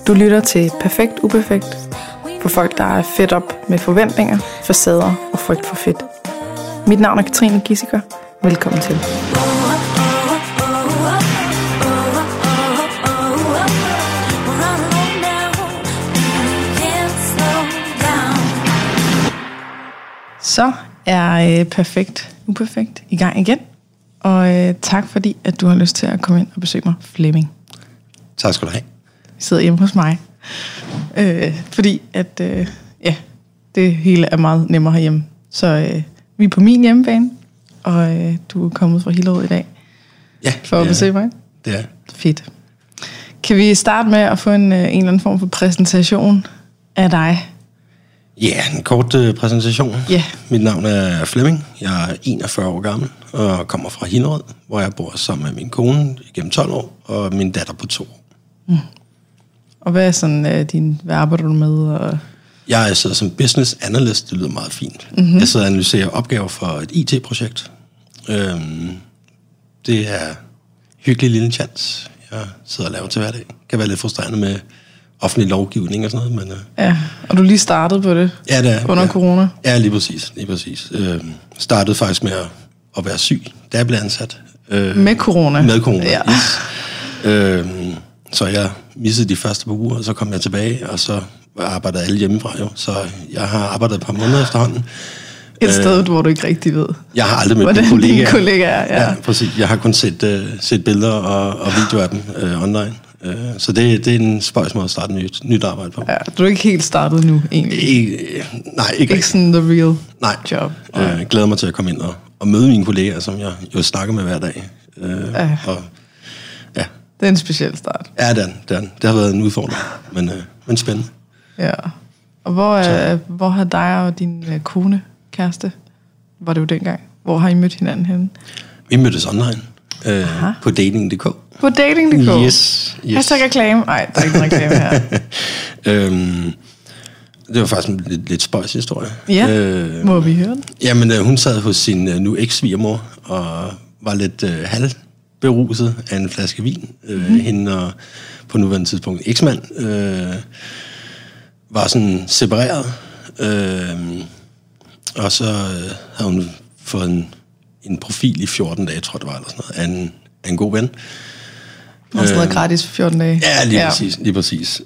Du lytter til Perfekt Uperfekt for folk, der er fedt op med forventninger, facader og frygt for fedt. Mit navn er Katrine Gissiker. Velkommen til. Så er Perfekt Uperfekt i gang igen. Og tak fordi, at du har lyst til at komme ind og besøge mig, Flemming. Tak skal du have. Vi sidder hjemme hos mig. Fordi at det hele er meget nemmere herhjemme. Så vi er på min hjemmebane, og du er kommet fra Hillerød i dag. Ja. For at besøge mig. Det er. Fedt. Kan vi starte med at få en eller anden form for præsentation af dig? Ja, en kort præsentation. Ja. Mit navn er Flemming. Jeg er 41 år gammel og kommer fra Hillerød, hvor jeg bor sammen med min kone igennem 12 år og min datter på 2 år. Mm. Og hvad er sådan hvad arbejder du med? Og... Jeg sidder som business analyst, det lyder meget fint. Mm-hmm. Jeg sidder og analyserer opgaver for et IT-projekt. Det er en hyggelig lille chance, jeg sidder og laver til hverdag. Det kan være lidt frustrerende med offentlig lovgivning og sådan noget, men... Ja, og du lige startede på det, ja, det er, under corona? Ja, lige præcis. Startede faktisk med at være syg, da jeg blev ansat. Med corona? Med corona, ja. Yes. Så jeg missede de første par uger, og så kom jeg tilbage, og så arbejdede alle hjemmefra jo. Så jeg har arbejdet et par måneder efterhånden. Et sted, hvor du ikke rigtig ved. Jeg har aldrig mødt mine kollegaer. Ja, præcis. Jeg har kun set billeder og videoer af dem online. Så det er en spøjs måde at starte nyt arbejde på. Ja, du er ikke helt startet nu, egentlig? Nej, ikke sådan the real job? Jeg glæder mig til at komme ind og møde mine kolleger, som jeg jo snakker med hver dag. Det er en speciel start. Ja, det har været en udfordring, men spændende. Ja. Og hvor har dig og din kone, kæreste, var det jo dengang? Hvor har I mødt hinanden henne? Vi mødtes online på dating.dk. På dating.dk? Yes. Hashtag reklame? Nej, der er ikke en reklame her. Det var faktisk en lidt spøjs historie. Ja, må vi høre den? Jamen, hun sad hos sin nu eks-svigermor og var lidt halvberuset af en flaske vin. Hende og på nuværende tidspunkt eksmand var sådan separeret. Og så havde hun fået en profil i 14 dage, tror jeg det var, eller sådan noget, af en god ven. Og sådan noget gratis for 14 dage. Ja, lige præcis.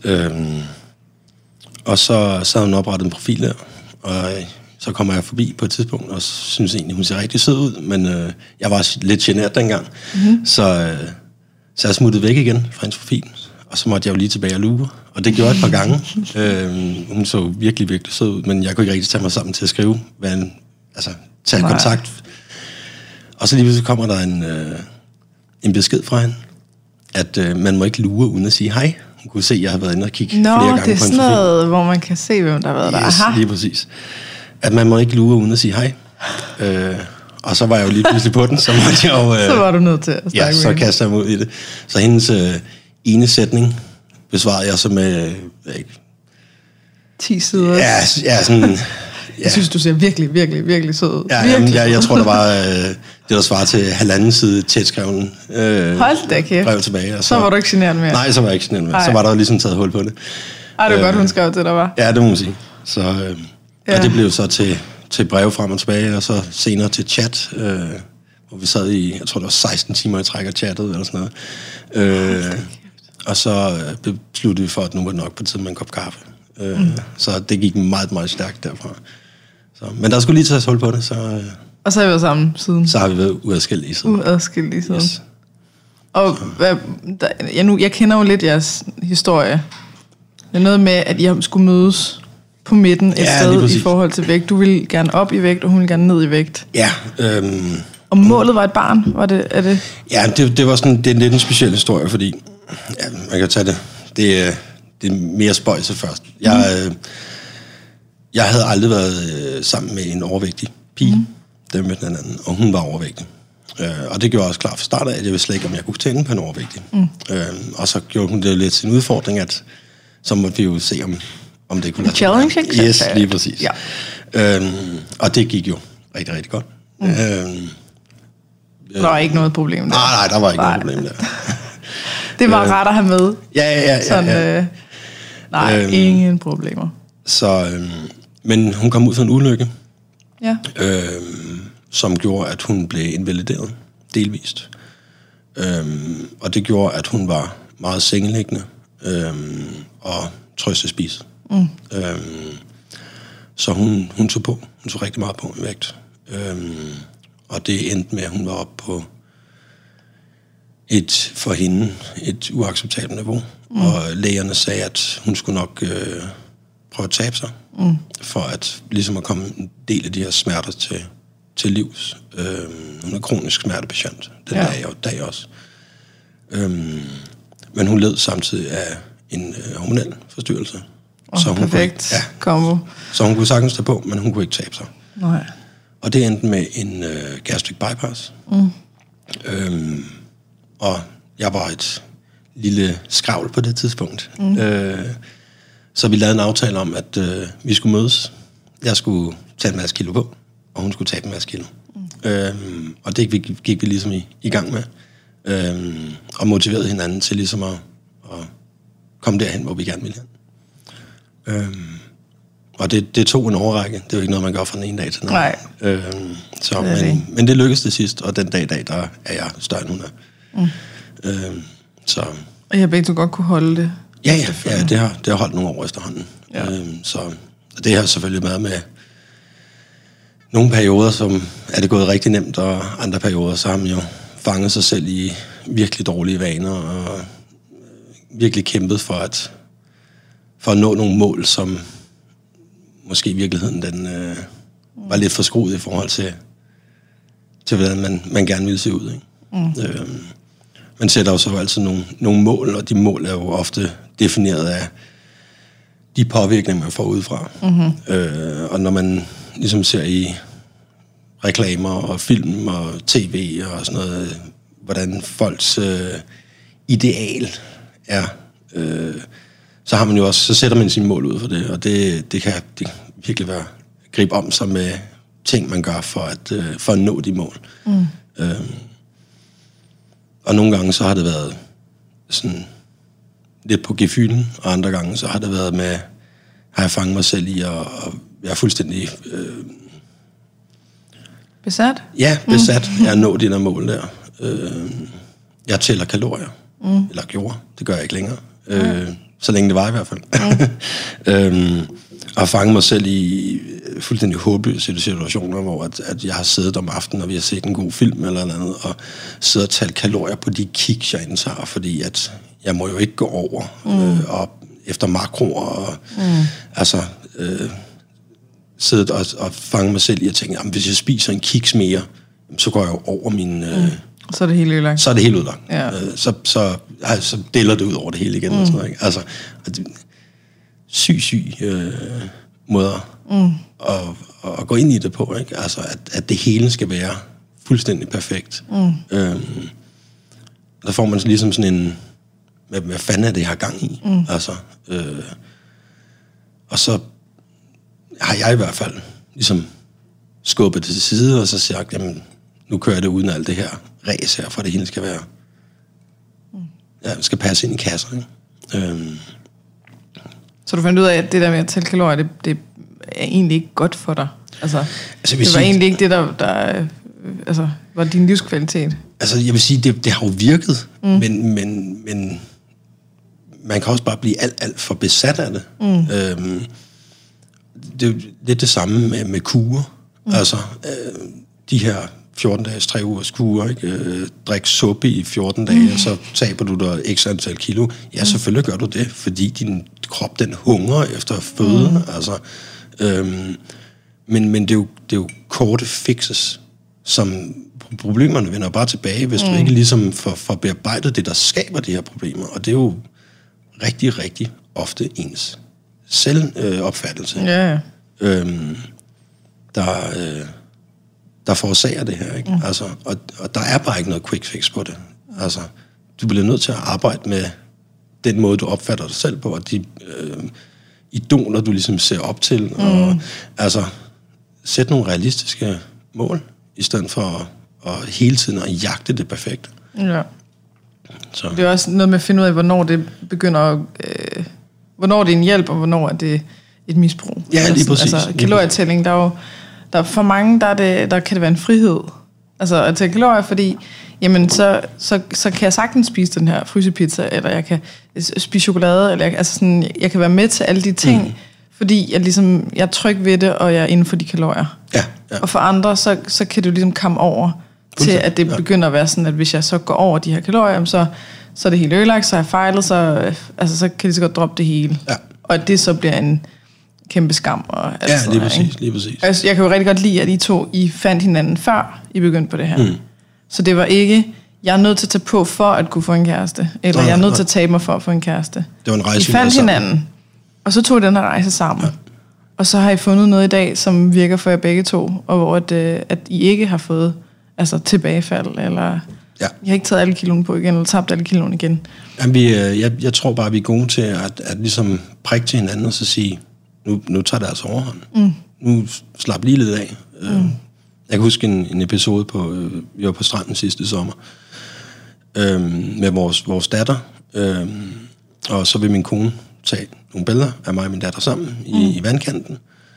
Og så havde hun oprettet en profil der, og så kommer jeg forbi på et tidspunkt, og synes egentlig, hun ser rigtig sød ud, men jeg var lidt genert dengang. Mm-hmm. Så jeg smuttede væk igen fra hendes profil, og så måtte jeg jo lige tilbage og lure, og det gjorde jeg et par gange. Hun så virkelig, virkelig sød ud, men jeg kunne ikke rigtig tage mig sammen til at skrive, tage kontakt. Og så lige pludselig kommer der en besked fra hende, at man må ikke lure uden at sige hej. Hun kunne se, at jeg har været inde og kigge flere gange på en profil. Nå, det er sådan noget, hvor man kan se, hvem der har været der. Yes, lige præcis. At man må ikke lure uden at sige hej. Og så var jeg jo lige pludselig på den, så måtte jeg jo... så var du nødt til at snakke med så kastede jeg mig ud i det. Så hendes ene sætning besvarede jeg så med... 10 sider. Ja, sådan... Ja. Jeg synes, du ser virkelig, virkelig, virkelig sød ud. Ja, jeg tror, der var det, der svarer til 1,5 side tætskreven brev tilbage. Og så var du ikke generet mere? Nej, så var jeg ikke generet mere. Så var der ligesom taget hul på det. Ej, det var godt, hun skrev til dig, var? Ja, det må man sige. Så, og det blev så til brev frem og tilbage, og så senere til chat, hvor vi sad i, jeg tror, det var 16 timer i træk og chattede, eller sådan noget. Og så besluttede vi for, at nu var det nok på tiden med en kop kaffe. Så det gik meget, meget stærkt derfra. Så, men der skulle lige tages hul på det, så... Og så har vi været sammen siden? Så har vi været uadskillige siden. Yes. Og jeg kender jo lidt jeres historie. Det er noget med, at I skulle mødes på midten et sted i forhold til vægt. Du ville gerne op i vægt, og hun ville gerne ned i vægt. Ja. Og målet var et barn, er det? Ja, det var sådan, det er lidt en speciel historie, fordi man kan tage det. Det er mere spøjse først. Jeg havde aldrig været sammen med en overvægtig pige, der mødte en anden, og hun var overvægtig. Og det gjorde også klart fra start af, at jeg vidste slet ikke, om jeg kunne tænde på en overvægtig. Og så gjorde hun det lidt til en udfordring, at så måtte vi jo se, om det kunne lade sig. Challenge, ikke? Yes, lige præcis. Ja. Og det gik jo rigtig, rigtig godt. Der var ikke noget problem der. Nej, der var ikke noget problem der. Det var rart at have med. Ja. Nej, ingen problemer. Så, men hun kom ud for en ulykke, ja. Som gjorde, at hun blev invalideret, delvist. Og det gjorde, at hun var meget sengeliggende og trøstespiset. Så hun tog på. Hun tog rigtig meget på i vægt. Og det endte med, at hun var oppe på for hende et uacceptabelt niveau. Og lægerne sagde, at hun skulle nok prøve at tabe sig, for at ligesom at komme en del af de her smerter til livs. Hun er kronisk smertepatient den dag også. Men hun led samtidig af en hormonel forstyrrelse. Så hun perfekt kombo. Så hun kunne sagtens tage på, men hun kunne ikke tabe sig. Nej. Og det endte med en gastric bypass. Og jeg var et lille skravl på det tidspunkt. Så vi lavede en aftale om, at vi skulle mødes. Jeg skulle tage en masse kilo på, og hun skulle tabe en masse kilo. Og det gik vi ligesom i gang med. Og motiverede hinanden til ligesom at komme derhen, hvor vi gerne ville hen. Og det tog en årrække. Det er jo ikke noget, man gør fra den ene dag til den anden. Nej. Men det lykkedes det sidst, og den dag i dag, der er jeg større end hun er. Så. Og jeg begge godt kunne holde det? Ja, det har holdt nogle år efterhånden. Ja. Så det har selvfølgelig været med nogle perioder, som er det gået rigtig nemt, og andre perioder, så har man jo fanget sig selv i virkelig dårlige vaner, og virkelig kæmpet for at nå nogle mål, som måske i virkeligheden den var lidt for skruet i forhold til hvordan man gerne ville se ud. Ikke? Man sætter jo så altid nogle mål, og de mål er jo ofte defineret af de påvirkninger, man får udefra. Og når man ligesom ser i reklamer og film og tv og sådan noget, hvordan folks ideal er, så har man jo også, så sætter man sine mål ud for det, og det kan virkelig være gribe om sig med ting, man gør for at nå de mål. Og nogle gange så har det været sådan lidt på gefylen, og andre gange så har det været med, har jeg fanget mig selv i at være fuldstændig besat? Ja, besat. Jeg nå de der mål der. Jeg tæller kalorier. Eller gjorde. Det gør jeg ikke længere. Så længe det var i hvert fald. Og har fanget mig selv i fuldstændig håbløse situationer, hvor at jeg har siddet om aftenen, og vi har set en god film eller andet, og siddet og talt kalorier på de kiks, jeg indtager, fordi at jeg må jo ikke gå over og efter makroer, og siddet og fanget mig selv i at tænke, jamen, hvis jeg spiser en kiks mere, så går jeg jo over min... Så er det helt udlagt. Så er det helt udlagt. Ja. Så deler det ud over det hele igen. Og sådan noget, ikke? Altså, syg måder at gå ind i det på. Ikke? Altså, at det hele skal være fuldstændig perfekt. Der får man ligesom sådan en... Hvad fanden er det, jeg har gang i? Altså, og så har jeg i hvert fald ligesom skubbet det til side, og så sagt, jamen, nu kører jeg det uden alt det her ræs her, for det hele skal være... Ja, skal passe ind i kasser, ikke? Så du fandt ud af, at det der med at tælle kalorier, det er egentlig ikke godt for dig? Altså det var egentlig ikke det, der var din livskvalitet? Altså, jeg vil sige, det har jo virket, men man kan også bare blive alt for besat af det. Det er jo lidt det samme med kurer. Altså, de her 14-dages, 3 ugers kurer, ikke? Drik suppe i 14 dage, og så taber du dig x antal kilo. Ja, selvfølgelig gør du det, fordi din krop, den hungrer efter føde. Altså, men det er jo korte fixes, som problemerne vender bare tilbage, hvis du ikke ligesom får bearbejdet det, der skaber de her problemer. Og det er jo rigtig, rigtig ofte ens selvopfattelse, der forårsager det her, ikke? Altså, og der er bare ikke noget quick fix på det. Altså, du bliver nødt til at arbejde med den måde, du opfatter dig selv på, og de idoler, du ligesom ser op til, og altså, sætte nogle realistiske mål, i stedet for at hele tiden at jagte det perfekte. Ja. Så. Det er også noget med at finde ud af, hvornår det begynder at hvornår det er en hjælp, og hvornår er det et misbrug. Ja, lige præcis. Altså, kalorietælling, der er for mange, der kan det være en frihed. Altså at tælle kalorier, fordi jamen, så kan jeg sagtens spise den her frysepizza, eller jeg kan spise chokolade, eller jeg kan være med til alle de ting, fordi jeg er tryg ved det, og jeg er inden for de kalorier. Ja. Og for andre, så kan det jo ligesom komme over til, at det begynder at være sådan, at hvis jeg så går over de her kalorier, så er det helt ødelagt, så har jeg fejlet, så kan de så godt droppe det hele. Ja. Og at det så bliver en kæmpe skam. Og lige præcis. Altså, jeg kan jo rigtig godt lide, at I fandt hinanden før I begyndte på det her. Så det var ikke, jeg er nødt til at tage på for at kunne få en kæreste, eller jeg er nødt til at tabe mig for at få en kæreste. Det var en rejse. I fandt hinanden, og så tog I den her rejse sammen. Ja. Og så har I fundet noget i dag, som virker for jer begge to, og hvor at I ikke har fået tilbagefald, eller I har ikke taget alle kiloene på igen, eller tabt alle kiloene igen. Jamen, jeg tror bare, vi er gode til at ligesom prikke til hinanden, og så sige, nu tager det altså overhånd. Nu slap lige lidt af. Jeg kan huske en episode vi var på stranden sidste sommer, med vores datter, og så vil min kone tage nogle billeder af mig og min datter sammen i vandkanten.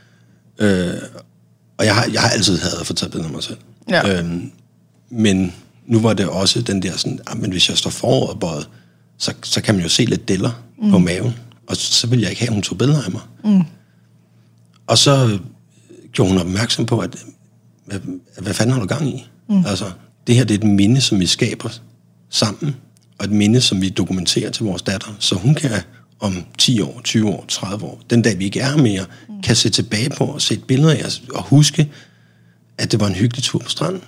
Og jeg har altid hadet at få taget billeder af mig selv. Ja. Men nu var det også den der sådan, men hvis jeg står foroverbøjet, så kan man jo se lidt deller på maven, og så vil jeg ikke have, at hun tog billeder af mig. Og så gjorde hun opmærksom på, at hvad fanden har du gang i? Altså, det her det er et minde, som vi skaber sammen, og et minde, som vi dokumenterer til vores datter, så hun kan om 10 år, 20 år, 30 år, den dag vi ikke er her mere, kan se tilbage på og se et billede af os, og huske, at det var en hyggelig tur på stranden.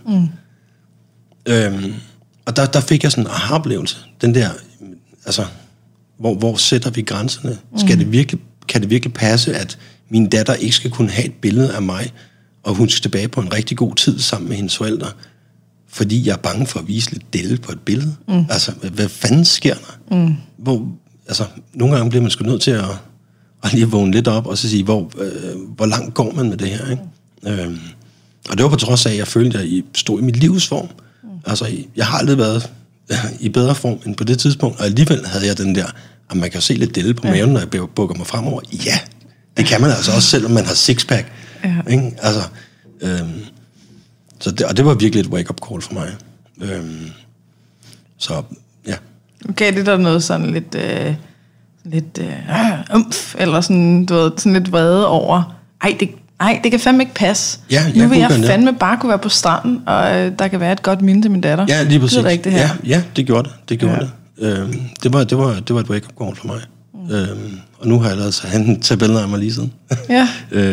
Og der fik jeg sådan en aha-oplevelse. Den der, altså, hvor sætter vi grænserne? Kan det virkelig passe, at min datter ikke skal kunne have et billede af mig, og hun skal tilbage på en rigtig god tid sammen med hendes forældre, fordi jeg er bange for at vise lidt delle på et billede? Altså, hvad fanden sker der? Nogle gange bliver man sgu nødt til at lige vågne lidt op, og så sige, hvor langt går man med det her, ikke? Og det var på trods af, at jeg følte, at jeg stod i mit livsform. Altså, jeg har aldrig været i bedre form end på det tidspunkt, og alligevel havde jeg den der, at man kan se lidt delle på maven, når jeg bukker mig fremover. Ja, det kan man altså også, selvom man har sixpack. Ja. Ikke? Altså, og det var virkelig et wake-up call for mig. Så, ja. Okay, det der noget sådan lidt eller sådan, du ved, sådan lidt vrede over, det kan fandme ikke passe. Ja, nu vil jeg fandme bare kunne være på stranden, og der kan være et godt minde til min datter. Ja, lige præcis. Det ikke det her. Ja, det gjorde det. Det var et wake-up call for mig. Og nu har jeg lavet han tage billeder af mig lige siden. Ja.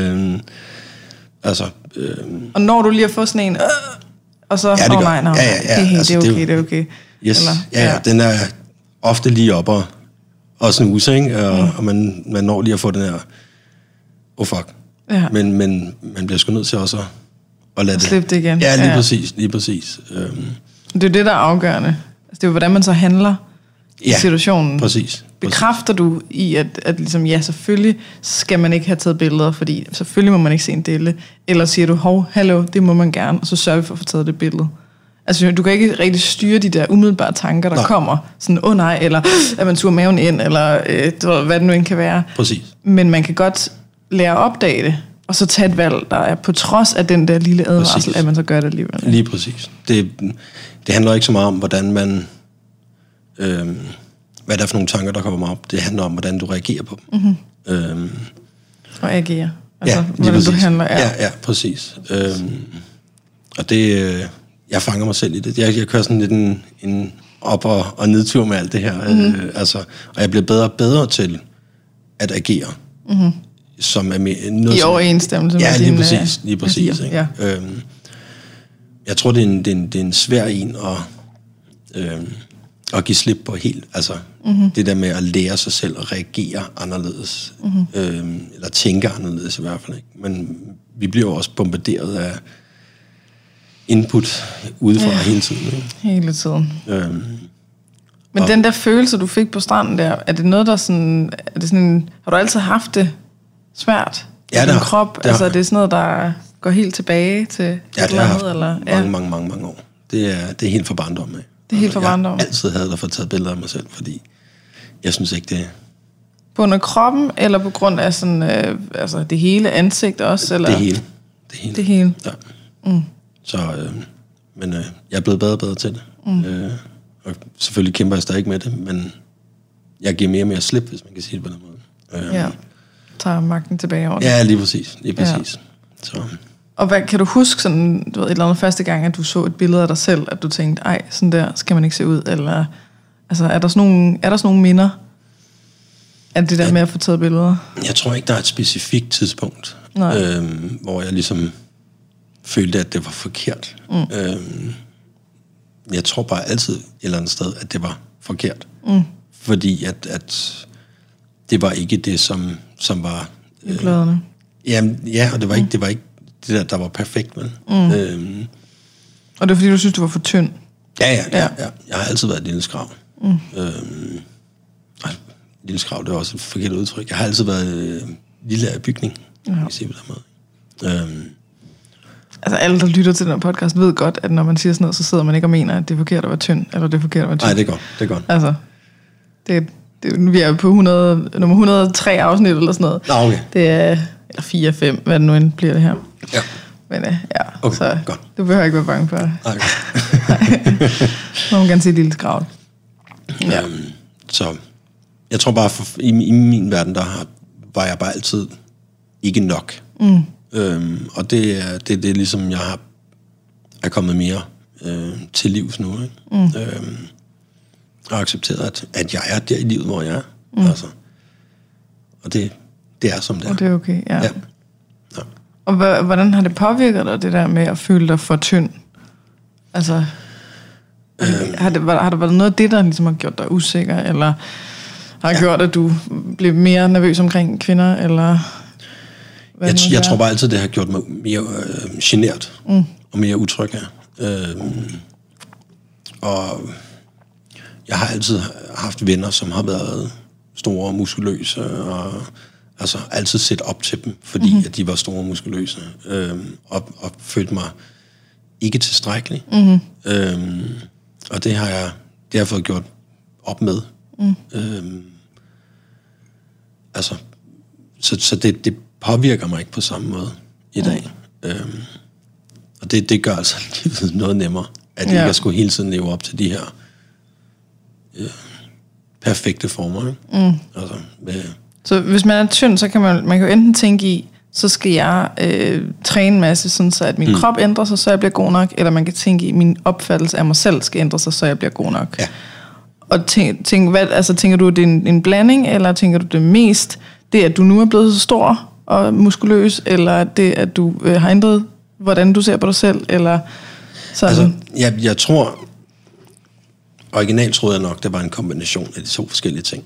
Og når du lige har fået sådan en, og så, det er okay. Yes. Eller, den er ofte lige op og snuse, ikke? Og man når lige at få den her, fuck. Ja. Men man bliver sgu nødt til også at lade det. Slippe det igen. Ja, lige præcis. Det er det, der er afgørende. Altså, det er jo, hvordan man så handler i situationen. Præcis. Bekræfter du i, at ligesom, ja, selvfølgelig skal man ikke have taget billeder, fordi selvfølgelig må man ikke se en delle, eller siger du, hallo, det må man gerne, og så sørger vi for at få taget det billede. Altså, du kan ikke rigtig styre de der umiddelbare tanker, der kommer, sådan, nej, eller at man turer maven ind, eller hvad det nu end kan være. Præcis. Men man kan godt lære at opdage det, og så tage et valg, der er på trods af den der lille advarsel, at man så gør det alligevel. Lige præcis. Det handler ikke så meget om, hvordan man... hvad der er for nogle tanker, der kommer op. Det handler om, hvordan du reagerer på dem. Og agerer. Altså, hvordan du handler. Ja, præcis. Og det... jeg fanger mig selv i det. Jeg kører sådan lidt en op- og nedtur med alt det her. Og jeg bliver bedre og bedre til at agere. Som er noget, i overensstemmelse med dine lige præcis. Ikke? Ja. Jeg tror, det er en svær en at give slip på helt. Altså, det der med at lære sig selv at reagere anderledes. Eller tænke anderledes i hvert fald. Ikke? Men vi bliver jo også bombarderet af input udefra hele tiden. Ikke? Hele tiden. Men den der følelse, du fik på stranden der, er det noget, der sådan... Er det sådan, har du altid haft det svært i din krop? Altså, er det sådan noget, der går helt tilbage til et eller andet? Eller? Mange år. Det er helt fra barndommen af. Det er helt fra barndommen? Jeg altid havde fået taget billeder af mig selv, fordi jeg synes ikke, det... grund af kroppen, eller på grund af sådan, altså det hele ansigt også? Eller? Det hele. Ja. Mm. Så, men jeg er blevet bedre og bedre til det. Og selvfølgelig kæmper jeg stadig med det, men jeg giver mere og mere slip, hvis man kan sige det på den måde. Ja, tager magten tilbage over det. Ja, lige præcis. Ja. Så. Og hvad, kan du huske sådan, du ved, et eller andet første gang, at du så et billede af dig selv, at du tænkte, ej, sådan der skal man ikke se ud, eller altså, er der sådan nogle minder af det der med at få taget billeder? Jeg tror ikke, der er et specifikt tidspunkt, hvor jeg ligesom følte, at det var forkert. Jeg tror bare altid et eller andet sted, at det var forkert. Fordi at det var ikke det, som var... I bladene. Ja, og det var ikke det der var perfekt, vel? Og det er fordi, du synes, du var for tynd? Ja. Jeg har altid været et lille skrav. Lille skrav, det er også et forkert udtryk. Jeg har altid været lille af bygning, kan jeg sige på den måde. Altså alle, der lytter til den her podcast, ved godt, at når man siger sådan noget, så sidder man ikke og mener, at det er forkert at være tynd, eller det er forkert at være tynd. Nej, det er godt. Altså, vi er på nummer 103 afsnit eller sådan noget. Nå, okay. Det er, eller 4-5, hvad det nu end bliver det her. Ja. Men okay, så godt. Du behøver ikke være bange for det. Nej. Må man gerne sige et lille skravl. Ja. Så jeg tror bare, i min verden, var jeg bare altid ikke nok. Og det er ligesom, jeg er kommet mere til livs nu. Ikke? Og accepteret, at jeg er der i livet, hvor jeg er. Altså. Og det er som det er. Og det er okay, ja. Ja. Og hvordan har det påvirket dig, det der med at føle dig for tynd? Altså, har der været noget af det, der ligesom har gjort dig usikker, eller har gjort, at du blev mere nervøs omkring kvinder, eller... Jeg tror bare altid, det har gjort mig mere genert og mere utryg her. Og jeg har altid haft venner, som har været store og muskuløse, og altså altid set op til dem, fordi at de var store og muskuløse, og følte mig ikke tilstrækkelig. Og det har jeg fået gjort op med. Altså, så det påvirker mig ikke på samme måde i dag. Og det gør altså livet noget nemmere, at jeg ikke skulle hele tiden leve op til de her perfekte former. Ikke? Altså, så hvis man er tynd, så kan man kan jo enten tænke i, så skal jeg træne en masse, sådan så at min krop ændrer sig, så jeg bliver god nok, eller man kan tænke i, min opfattelse af mig selv skal ændre sig, så jeg bliver god nok. Ja. Og tænker du, det er en blanding, eller tænker du det mest, det at du nu er blevet så stor og muskuløs, eller det at du har ændret, hvordan du ser på dig selv, eller sådan? Altså, jeg tror, originalt troede jeg nok, det var en kombination af de to forskellige ting.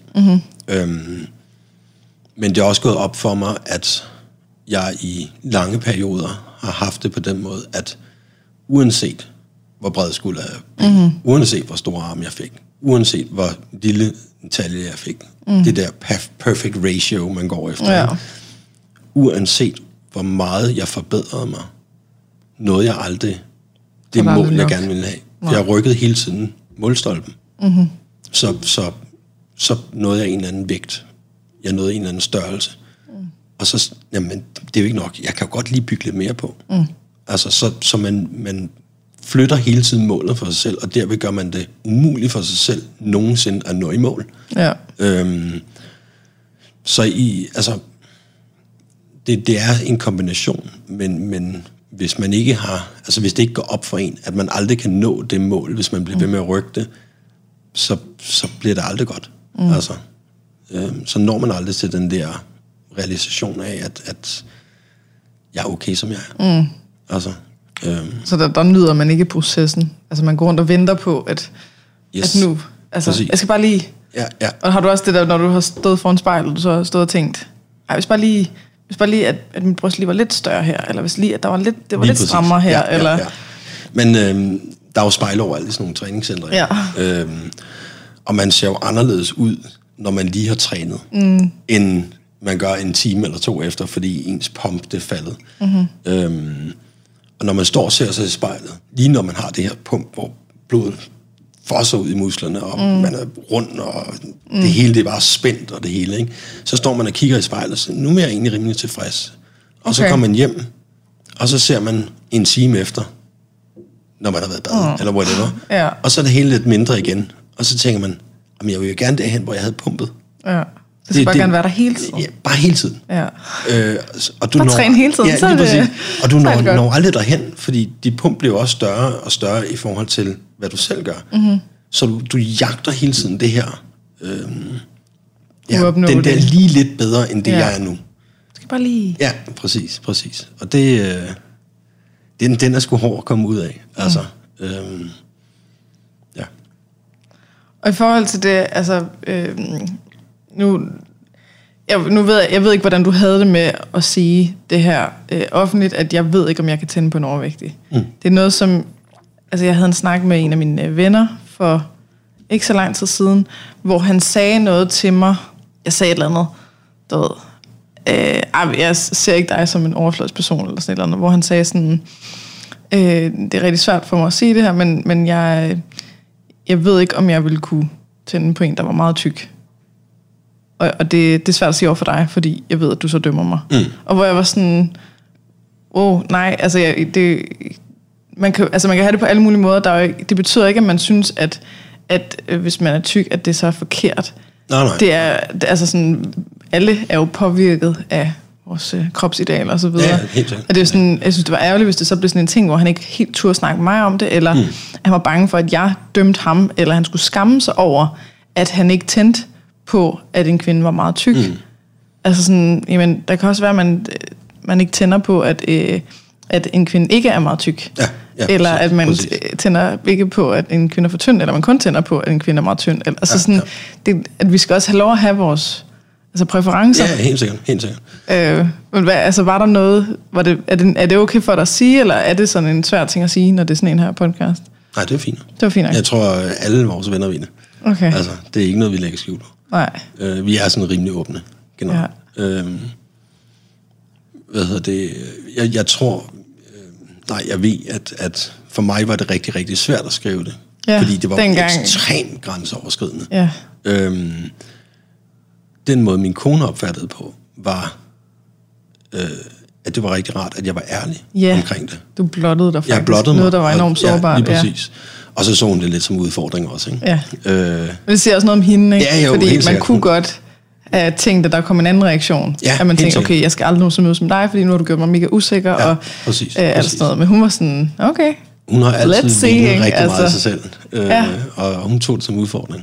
Men det er også gået op for mig, at jeg i lange perioder har haft det på den måde, at uanset hvor bred skulder jeg blev, uanset hvor store arme jeg fik, uanset hvor lille talje jeg fik, det der perfect ratio, man går efter, uanset hvor meget jeg forbedrede mig, nåede jeg aldrig det mål, jeg gerne ville have. For jeg rykkede hele tiden målstolpen. Så nåede jeg en eller anden vægt. Jeg nåede en eller anden størrelse. Og så, jamen, det er jo ikke nok. Jeg kan jo godt lige bygge lidt mere på. Altså, så man flytter hele tiden målet for sig selv, og derved gør man det umuligt for sig selv nogensinde at nå i mål. Ja. Det er en kombination, men hvis man ikke har, altså hvis det ikke går op for en, at man aldrig kan nå det mål, hvis man bliver ved med at rykke det, så bliver det aldrig godt. Altså, så når man aldrig til den der realisation af, at jeg er okay, som jeg er. Altså, så der nyder man ikke processen. Altså man går rundt og venter på, at nu, altså, jeg skal bare lige... Ja. Og har du også det der, når du har stået foran spejlet, du så har stået og tænkt, hvis bare lige at min bryst lige var lidt større her, eller hvis lige, at det var lidt strammere her, eller... Ja. Men der er jo spejl over alle sådan nogle træningscentre. Ja. Og man ser jo anderledes ud, når man lige har trænet, end man gør en time eller to efter, fordi ens pump, det er faldet. Og når man står og ser sig i spejlet, lige når man har det her pump, hvor blodet fosser ud i musklerne, og man er rund, og det hele det er bare spændt, og det hele, ikke? Så står man og kigger i spejlet, og siger, nu er jeg egentlig rimelig tilfreds. Og så kommer man hjem, og så ser man en time efter, når man har været bad, eller whatever. Ja. Og så er det hele lidt mindre igen. Og så tænker man, jamen jeg vil jo gerne derhen, hvor jeg havde pumpet. Ja. Det skal bare gerne være der hele tiden. Ja, bare hele tiden. Ja. Og du bare træne hele tiden, så er det... Og du når aldrig derhen, fordi dit pump bliver også større og større i forhold til, hvad du selv gør. Mm-hmm. Så du jagter hele tiden det her... den der lige lidt bedre, end det jeg er nu. Skal bare lige... Ja, præcis. Og den er sgu hård at komme ud af. Altså, ja. Og i forhold til det, altså... Nu ved jeg ved ikke, hvordan du havde det med at sige det her offentligt, at jeg ved ikke, om jeg kan tænde på en overvægtig. Det er noget, som... Altså, jeg havde en snak med en af mine venner for ikke så lang tid siden, hvor han sagde noget til mig. Jeg sagde et eller andet, du ved... jeg ser ikke dig som en overflødsperson, eller sådan et eller andet, hvor han sagde sådan... det er rigtig svært for mig at sige det her, men jeg ved ikke, om jeg ville kunne tænde på en, der var meget tyk. Og det er svært at sige over for dig, fordi jeg ved, at du så dømmer mig. Og hvor jeg var sådan, nej, altså man kan have det på alle mulige måder. Det betyder ikke, at man synes, at hvis man er tyk, at det så er forkert. Nej. Det er altså sådan, alle er jo påvirket af vores kropsidealer og så videre. Ja, helt sikkert. Og det er sådan, jeg synes, det var ærgerligt, hvis det så blev sådan en ting, hvor han ikke helt turde snakke med mig om det, eller han var bange for, at jeg dømte ham, eller han skulle skamme sig over, at han ikke tændte på, at en kvinde var meget tyk. Altså sådan, jamen, der kan også være, at man ikke tænder på, at en kvinde ikke er meget tyk. Ja, eller at man tænder ikke på, at en kvinde er for tynd, eller man kun tænder på, at en kvinde er meget tynd. Altså sådan, at vi skal også have lov at have vores præferencer. Ja, helt sikkert. Men altså, var der noget, er det okay for dig at sige, eller er det sådan en svær ting at sige, når det er sådan en her podcast? Nej, det er fint. Det var fint nok. Jeg tror, alle vores venner ved det. Okay. Altså, det er ikke noget, vi lægger skjul på. Nej. Vi er sådan rimelig åbne, generelt. Ja. Jeg tror... jeg ved, at for mig var det rigtig, rigtig svært at skrive det. Ja, fordi det var ekstremt grænseoverskridende. Ja. Den måde, min kone opfattede på, var... at det var rigtig rart, at jeg var ærlig omkring det. Du blottede dig faktisk. Jeg blottede mig. Noget, der var enormt sårbart. Ja, lige præcis. Og så hun det lidt som udfordring også, ikke? Ja. Men det siger også noget om hende, ikke? Ja, jo, fordi man kunne godt have tænkt, at der kom en anden reaktion. Ja, at man tænkte, okay, jeg skal aldrig nogensinde møde som dig, fordi nu har du gjort mig mega usikker. Ja, og præcis. Alt sådan noget. Men hun var sådan, okay. Hun har altid rigtig meget af sig selv. Og hun tog det som udfordring.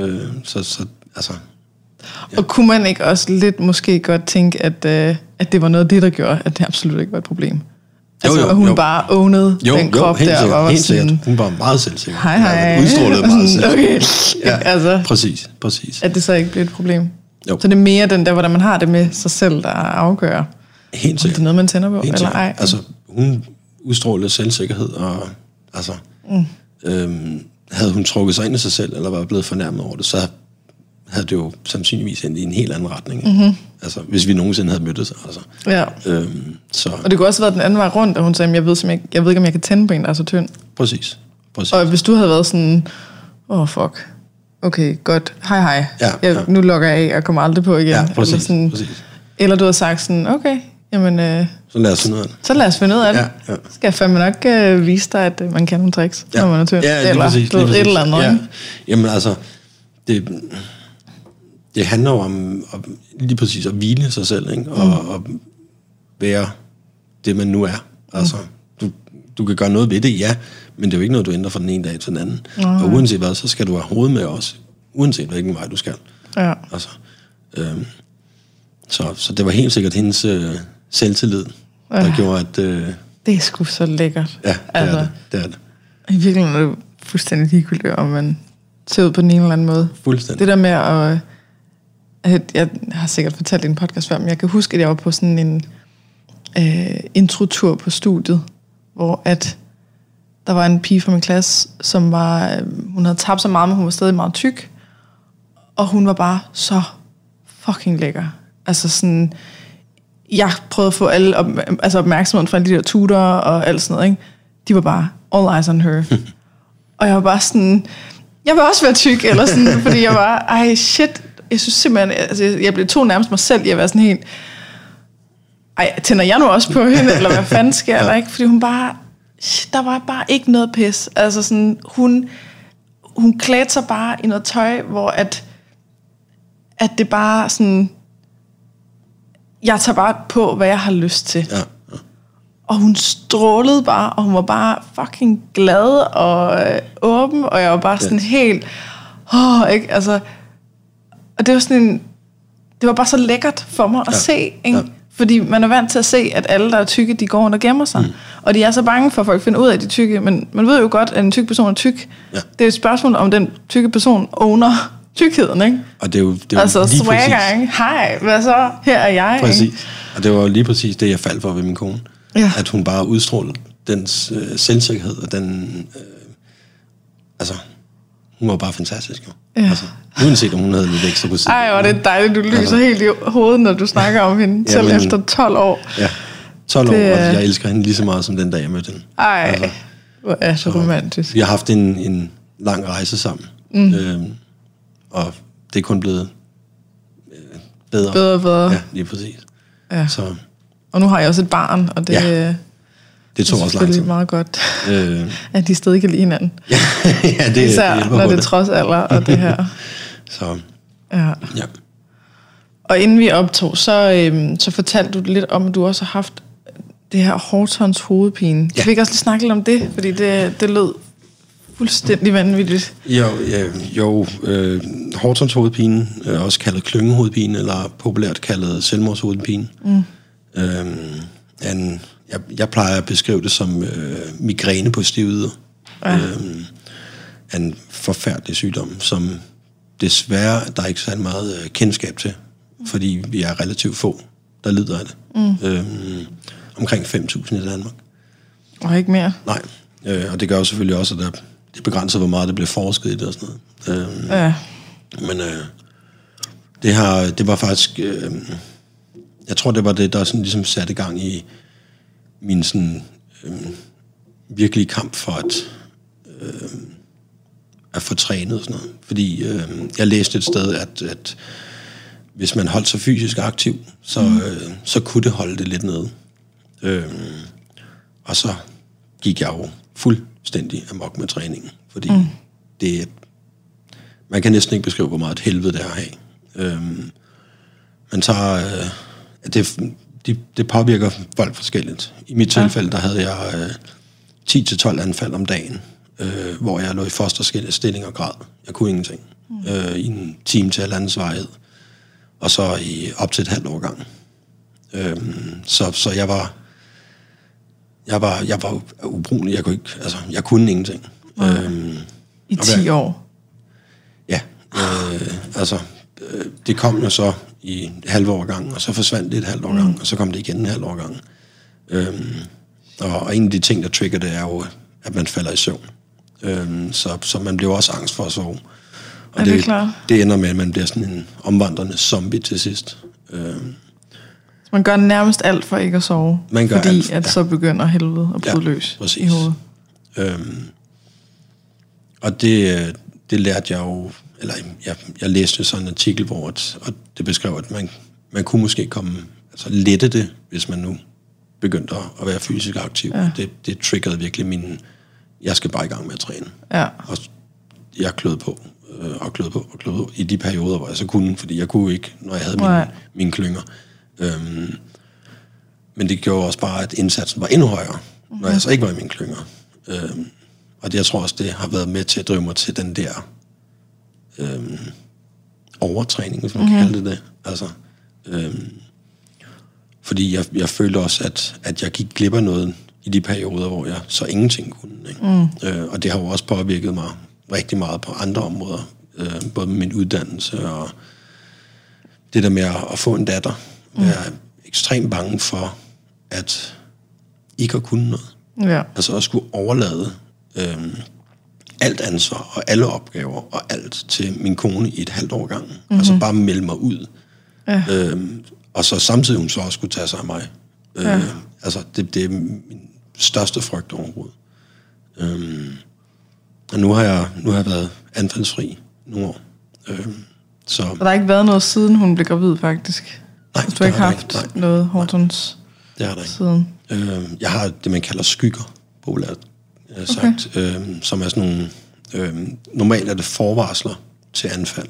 Ja. Og kunne man ikke også lidt måske godt tænke, at det var noget af det, der gjorde, at det absolut ikke var et problem? Altså, hun bare ownede den krop der. Og var helt sådan, sikkert. Hun var meget selvsikker. Hej. Udstrålede meget selvsikker. Okay. Ja, altså, præcis. At det så ikke blev et problem. Jo. Så det er mere den der, hvordan man har det med sig selv, der afgør, helt sikkert. om det er noget, man tænder på, helt eller ej. Altså, hun udstrålede selvsikkerhed, og altså, havde hun trukket sig ind i sig selv, eller var blevet fornærmet over det, så havde det jo sandsynligvis endt i en helt anden retning. Mm-hmm. Altså, hvis vi nogensinde havde mødtes. Altså. Ja. Så. Og det kunne også have været den anden vej rundt, og hun sagde, jeg ved ikke, om jeg kan tænde på en, der er så tynd. Præcis. Og hvis du havde været sådan, fuck, okay, godt, hej, nu logger jeg af og kommer aldrig på igen. Ja, præcis, eller, sådan, eller du havde sagt sådan, okay, jamen... så lad os finde ud af det. Så lad os finde ud af det. Ja. Skal jeg fandme nok vise dig, at man kan nogle tricks, når man er tynd. Ja, lige præcis. Et eller andet. Ja. Jamen altså, det handler jo om lige præcis at hvile sig selv, ikke? Og være det, man nu er. Altså, du kan gøre noget ved det, ja, men det er jo ikke noget, du ændrer fra den ene dag til den anden. Og uanset hvad, så skal du have hovedet med også. Uanset hvilken vej du skal. Ja. Altså, så det var helt sikkert hendes selvtillid, der gjorde, at... det er sgu så lækkert. Ja, det er det. I virkeligheden er det fuldstændig ligegyldigt, om man ser ud på den ene eller anden måde. Fuldstændig. Det der med at... Jeg har sikkert fortalt i en podcast før, men jeg kan huske, at jeg var på sådan en introtur på studiet, hvor at der var en pige fra min klasse, som var... Hun havde tabt så meget, men hun var stadig meget tyk. Og hun var bare så fucking lækker. Altså sådan... Jeg prøvede at få alle opmærksomheden fra alle de der tutorer og alt sådan noget, ikke? De var bare all eyes on her. Og jeg var bare sådan... jeg vil også være tyk, eller sådan, fordi jeg var, ej shit, jeg synes simpelthen, altså, jeg blev tog nærmest mig selv i at være sådan helt, ej, tænder jeg nu også på hende, eller hvad fanden sker der, ikke? Fordi hun bare, shit, der var bare ikke noget pis, altså sådan, hun klædte sig bare i noget tøj, hvor at det bare sådan, jeg tager bare på, hvad jeg har lyst til. Ja. Og hun strålede bare, og hun var bare fucking glad og åben, og jeg var bare sådan helt, ikke? Altså, og det var sådan det var bare så lækkert for mig at se, ikke? Ja. Fordi man er vant til at se, at alle, der er tykke, de går rundt og gemmer sig. Og de er så bange for, at folk finder ud af, at de er tykke, men man ved jo godt, at en tyk person er tyk. Ja. Det er et spørgsmål, om den tykke person owner tykkheden, ikke? Og det er jo altså lige swagger, hej, hvad så? Her er jeg. Præcis. Ikke? Og det var lige præcis det, jeg faldt for ved min kone. Ja. At hun bare udstrålede dens selvsikkerhed, og den... altså, hun var bare fantastisk, jo. Ja. Altså, uanset om hun havde lidt ekstra på siden. Ej, hvor det er dejligt, du lyser helt i hovedet, når du snakker om hende, selv efter 12 år. Ja, 12 år, og jeg elsker hende lige så meget, som den dag, jeg mødte hende. Ej, altså, hvor er så romantisk. Vi har haft en lang rejse sammen, og det er kun blevet bedre. Bedre og bedre. Ja, lige præcis. Ja. Så. Og nu har jeg også et barn, og det... Det tog også lang tid. Det er meget godt, at de stadig kan lide hinanden. Ja, det især når det er trods alder og det her. Så. Ja. Og inden vi optog, så fortalte du lidt om, at du også har haft det her Hortons hovedpine. Ja. Kan vi ikke også lige snakke lidt om det? Fordi det lød fuldstændig vanvittigt. Jo, Hortons hovedpine, også kaldet klyngehovedpine, eller populært kaldet selvmordshovedpine. Jeg plejer at beskrive det som migræne på stive yder. Ja. En forfærdelig sygdom, som desværre der er ikke så meget kendskab til, fordi vi er relativt få, der lider af det. Omkring 5.000 i Danmark. Og ikke mere? Nej, og det gør jo selvfølgelig også, at det begrænser, hvor meget det bliver forsket i det og sådan noget. Men det var faktisk... jeg tror, det var det, der sådan ligesom satte gang i min sådan virkelige kamp for at få trænet og sådan noget. Fordi jeg læste et sted, at hvis man holdt sig fysisk aktiv, så kunne det holde det lidt nede. Og så gik jeg jo fuldstændig amok med træningen. Fordi man kan næsten ikke beskrive, hvor meget et helvede det er at have. Man tager... Det påvirker folk forskelligt. I mit tilfælde, der havde jeg 10-12 anfald om dagen, hvor jeg lå i fosterstilling og græd. Jeg kunne ingenting. I en time til halvandens varighed. Og så i op til et halvt år gang. Så jeg var ubrugelig. Jeg kunne ingenting. I 10 år? Ja. Det kom jo så i et halvt år gang, og så forsvandt det et halvt år gang, og så kom det igen en halvt år gang. Og en af de ting, der trigger det, er jo, at man falder i søvn. Så man bliver også angst for at sove. Og det ender med, at man bliver sådan en omvandrende zombie til sidst. Man gør nærmest alt for ikke at sove, fordi alt, at så begynder helvede at bryde løs præcis. I hovedet. Og det lærte jeg jo, eller jeg læste sådan en artikel, hvor og det beskrev, at man kunne måske lette det, hvis man nu begyndte at være fysisk aktiv. Ja. Det triggerede virkelig jeg skal bare i gang med at træne. Ja. Og jeg klød på i de perioder, hvor jeg så kunne, fordi jeg kunne ikke, når jeg havde mine klynger. Men det gjorde også bare, at indsatsen var endnu højere, når jeg så ikke var i mine klynger. Og det, jeg tror også, det har været med til at drive mig til den der overtræning, hvis man kan kalde det. Altså, fordi jeg følte også, at jeg gik glip af noget i de perioder, hvor jeg så ingenting kunne. Ikke? Og det har jo også påvirket mig rigtig meget på andre områder. Både med min uddannelse og det der med at få en datter. Jeg er ekstremt bange for, at ikke at kunne noget. Ja. Altså at skulle overlade alt ansvar og alle opgaver og alt til min kone i et halvt år gang. Altså bare melde mig ud. Ja. Og så samtidig hun så også skulle tage sig af mig. Altså det er min største frygt overhovedet. Og nu har jeg været anfaldsfri nogle år. Så der har ikke været noget siden hun blev gravid, faktisk? Nej, du har ikke haft noget Hortons det har der ikke. Siden? Jeg har det, man kalder skygger, populært sagt, som er sådan nogle... normalt er det forvarsler til anfald.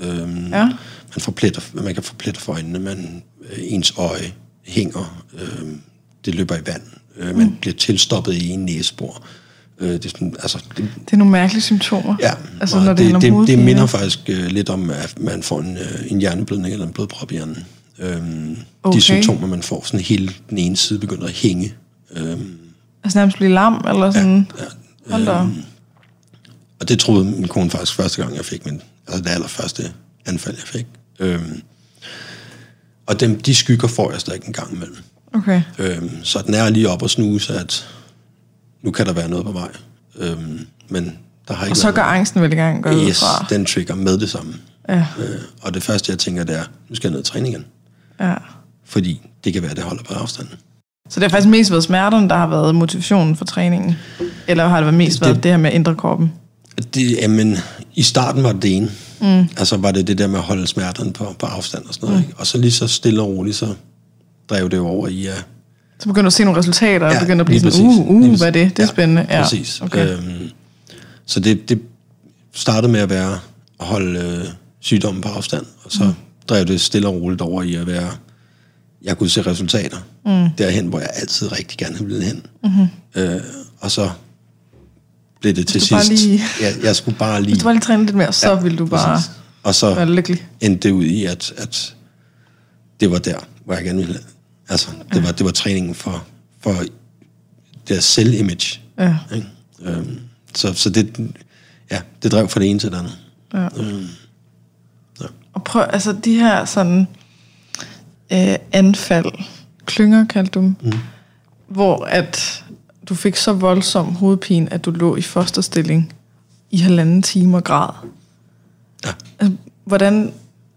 Man kan få pletter for øjnene, ens øje hænger, det løber i vand, man bliver tilstoppet i en næsebor. Det er sådan, altså, det er nogle mærkelige symptomer. Ja, altså, når det minder faktisk lidt om, at man får en hjerneblødning eller en blodprop i hjernen. De symptomer, man får, sådan hele den ene side begynder at hænge. Altså nærmest blive lam, eller sådan? Ja. Og det troede min kone faktisk første gang, jeg fik det allerførste anfald, jeg fik. Og de skygger får jeg stadig en gang imellem. Okay. Så den er lige op og snuse, at nu kan der være noget på vej. Men der har ikke og så går angsten vel i gang, går ud fra? Den trigger med det samme. Ja. Og det første, jeg tænker, det er, nu skal jeg ned i træning igen. Ja. Fordi det kan være, det holder på afstanden. Så det har faktisk mest været smerterne, der har været motivationen for træningen? Eller har det mest været det her med at ændre kroppen? Jamen, i starten var det ene. Altså var det der med at holde smerterne på afstand og sådan noget. Ikke? Og så lige så stille og roligt, så drev det over i... Så begynder du at se nogle resultater, og begynder at blive sådan, hvad er det? Det er spændende. Ja, præcis. Okay. Så det startede med at holde sygdommen på afstand, og så drev det stille og roligt over i at være... Jeg kunne se resultater derhen, hvor jeg altid rigtig gerne ville hen. Og så blev det til sidst... Jeg skulle bare lige... Hvis du bare lige træne lidt mere, så ville du bare og så være lykkelig. Endte det ud i, at det var der, hvor jeg gerne ville. Altså, det var træningen for deres self-image. Ja. Så det drev fra det ene til det andet. Ja. Og prøv, altså de her sådan anfald, klynger kaldte du dem, hvor at du fik så voldsom hovedpine, at du lå i fosterstilling i 1,5 time grad. Ja. Altså, hvordan...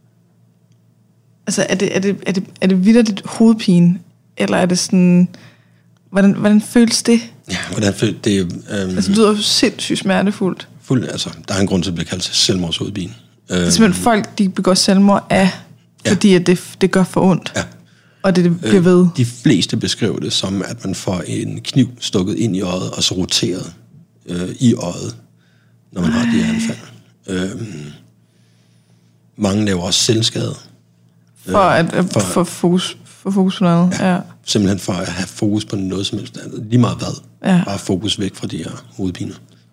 Altså, er det vitterligt hovedpine, eller er det sådan... Hvordan føles det? Ja, hvordan føles det? Altså, det lyder jo sindssygt smertefuldt. Altså, der er en grund til, at det bliver kaldt selvmordshovedpine. Det er simpelthen folk, de begår selvmord af, fordi at det gør for ondt. Ja. Og det bliver ved. De fleste beskriver det som, at man får en kniv stukket ind i øjet, og så roteret i øjet, når man har de her anfald. Mange laver også selvskade. For at få fokus på noget. Ja. Simpelthen for at have fokus på noget som helst andet. Lige meget hvad. Ja. Bare fokus væk fra de her hovedpiner.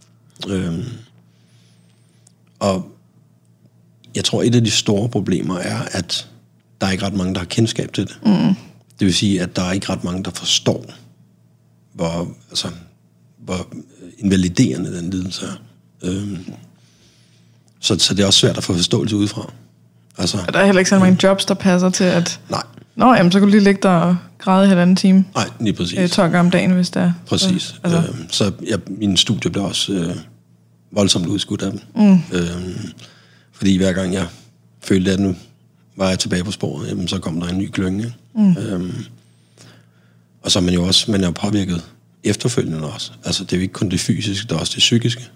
Og jeg tror, et af de store problemer er, at der er ikke ret mange, der har kendskab til det. Det vil sige, at der er ikke ret mange, der forstår, hvor invaliderende den lidelse er. Så det er også svært at få forståelse udefra. Altså, der er heller ikke så mange jobs, der passer til, at... Nej. Nå, jamen, så kan du lige ligge der og græde i 1,5 time. Nej, lige præcis. 12 gange om dagen, hvis det er. Præcis. Så min studie blev også voldsomt udskudt af dem. Fordi hver gang jeg følte, at nu var jeg tilbage på sporet, jamen, så kom der en ny klynge. Og så er man jo også, man er jo påvirket efterfølgende også. Altså, det er jo ikke kun det fysiske, det er også det psykiske.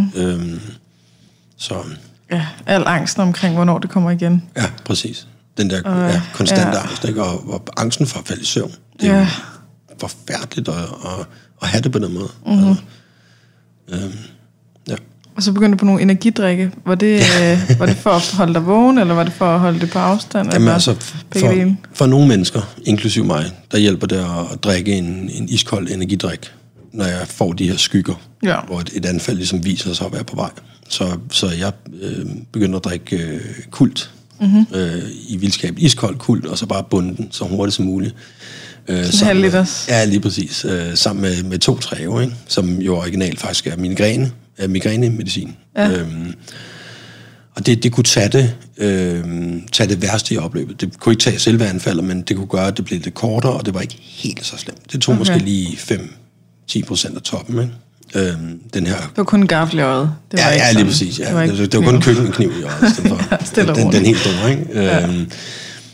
Så... Ja, al angsten omkring, hvornår det kommer igen. Ja, præcis. Den der konstante angst, ikke? Og angsten for at falde i søvn. Det er jo forfærdeligt at have det på den måde. Og så begyndte du på nogle energidrikke. Var det for at holde dig vågen, eller var det for at holde det på afstand? Jamen altså, for nogle mennesker, inklusive mig, der hjælper det at drikke en iskold energidrik, når jeg får de her skygger, hvor et anfald ligesom viser sig at være på vej. Så jeg begynder at drikke kult i vildskab. Iskold kult, og så bare bunde den så hurtigt som muligt. Halv liters. Ja, lige præcis. Sammen med 2 træer, ikke? Som jo originalt faktisk er migrænemedicin. Ja. Og det kunne tage det værste i opløbet. Det kunne ikke tage selve anfaldet, men det kunne gøre, at det blev lidt kortere, og det var ikke helt så slemt. Det tog måske lige 5-10% af toppen, ikke? Den her... Det var kun gaffel i øjet. Det var ikke lige præcis. Ja. Det var kun køkkenkniv i øjet. Den helt store, ikke?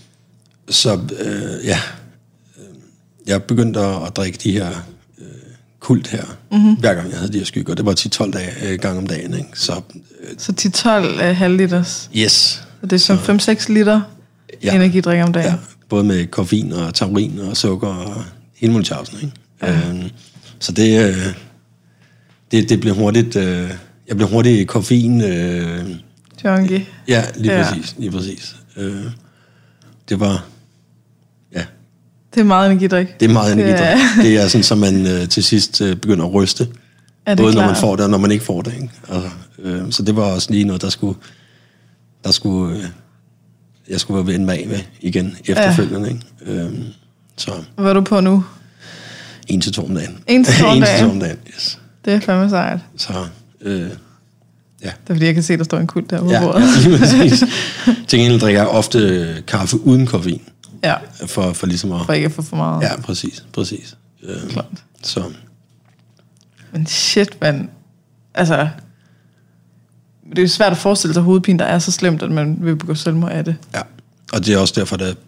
Jeg begyndte at drikke de her kult her, hver gang jeg havde de her skygger. Det var 10-12 gange om dagen, ikke? Så 10-12 halvliters? Yes. Og det er som 5-6 liter energidrik om dagen? Ja, både med koffein og taurin og sukker og hele muligheden, ikke? Ja. Så det blev hurtigt... jeg blev hurtigt koffein... junkie. Ja, lige præcis. Det var... Ja. Det er meget energidrik. Det er meget energidrik. Ja. Det er sådan, så man til sidst begynder at ryste. Både når man får det, og når man ikke får det. Ikke? Så det var også lige noget, jeg skulle være ved en mag med igen efterfølgende. Ikke? Så. Hvad er du på nu? 1-2 om dagen. 1-2 om dagen? Yes. Det er fandme sejt. Så, ja. Det er fordi, jeg kan se, der står en kult der på bordet. Ja, lige præcis. Til gengæld drikker jeg ofte kaffe uden koffein. Ja. For ligesom at... For ikke at få for meget. Ja, præcis. Klart. Så. Men shit, man. Altså... Det er jo svært at forestille sig hovedpine, der er så slemt, at man vil begå selvmord af det. Ja, og det er også derfor, at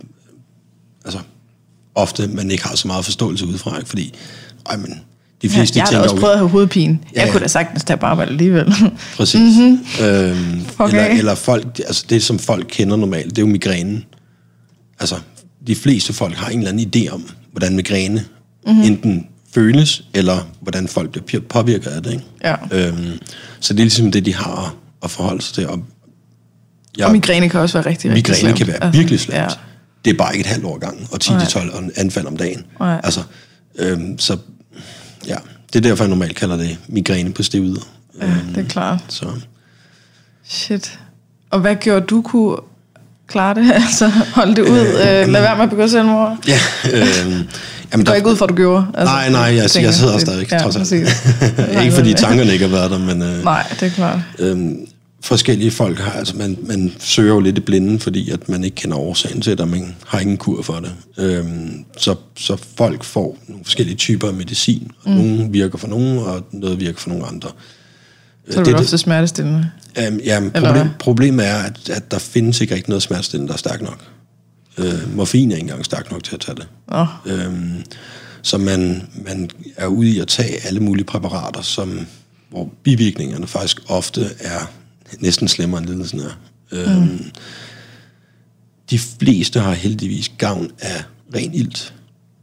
ofte man ikke har så meget forståelse udefra, ikke? Fordi de fleste jeg har også prøvet at have hovedpine. Jeg kunne da sagtens tage på arbejde alligevel. Præcis. Eller folk, altså det som folk kender normalt, det er jo migrænen. Altså, de fleste folk har en eller anden idé om, hvordan migræne enten føles, eller hvordan folk bliver påvirket af det, ikke? Ja. Så det er ligesom det, de har at forholde sig til. Og migræne kan også være rigtig slemt. Migræne kan være virkelig slemt. Ja. Det er bare ikke et halvt år gang, og 10-12 anfald om dagen. Altså, så ja, det er derfor, jeg normalt kalder det migræne på stiv yder. Ja, det er klart. Så. Shit. Og hvad gjorde du kunne klare det? Altså, holde det ud? Lad være med at begå selvmord? Ja, det går ikke ud for, at du gjorde. Altså, nej, jeg sidder stadig, trods alt. Ikke fordi tankerne ikke har været der, men... nej, det er klart. Forskellige folk har, altså man søger jo lidt i blinden, fordi at man ikke kender årsagen til det, og man har ingen kur for det. Så folk får nogle forskellige typer af medicin, og nogle virker for nogen, og noget virker for nogle andre. Så er det ofte smertestillende? Problemet er, at der findes ikke rigtig noget smertestillende, der er stærkt nok. Morfin er ikke engang stærkt nok til at tage det. Så man er ude i at tage alle mulige præparater, hvor bivirkningerne faktisk ofte er næsten slemmere end lidelsen er. De fleste har heldigvis gavn af ren ilt.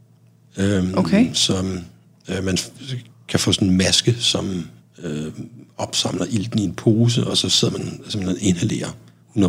Så man kan få sådan en maske, som opsamler ilten i en pose, og så sidder man simpelthen og inhalerer 100%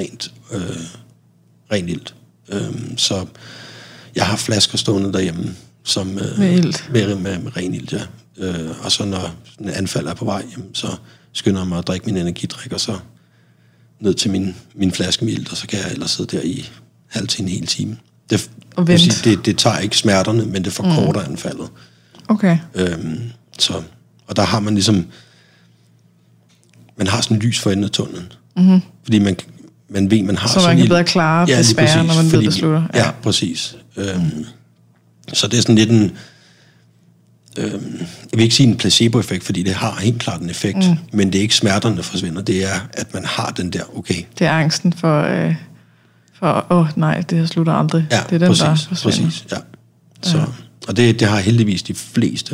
ren ilt. Så jeg har flasker stående derhjemme, som med ren ilt, ja. Og så når en anfald er på vej, så skynder jeg mig at drikke min energidrik, og så ned til min flaske med ilt, og så kan jeg ellers sidde der i halv til en hel time. Det tager ikke smerterne, men det forkorter anfaldet. Okay. Og der har man ligesom... Man har sådan en lys for enden af tunnelen. Fordi man ved, man har så man kan bedre klare desværre, når man ved, det slutter. Ja, præcis. Så det er sådan lidt en... jeg vil ikke sige en placeboeffekt, fordi det har helt klart en effekt, men det er ikke smerterne, der forsvinder. Det er, at man har den der, okay. Det er angsten for nej, det her slutter aldrig. Ja, det er den, der forsvinder. Præcis, ja. Så, og det har heldigvis de fleste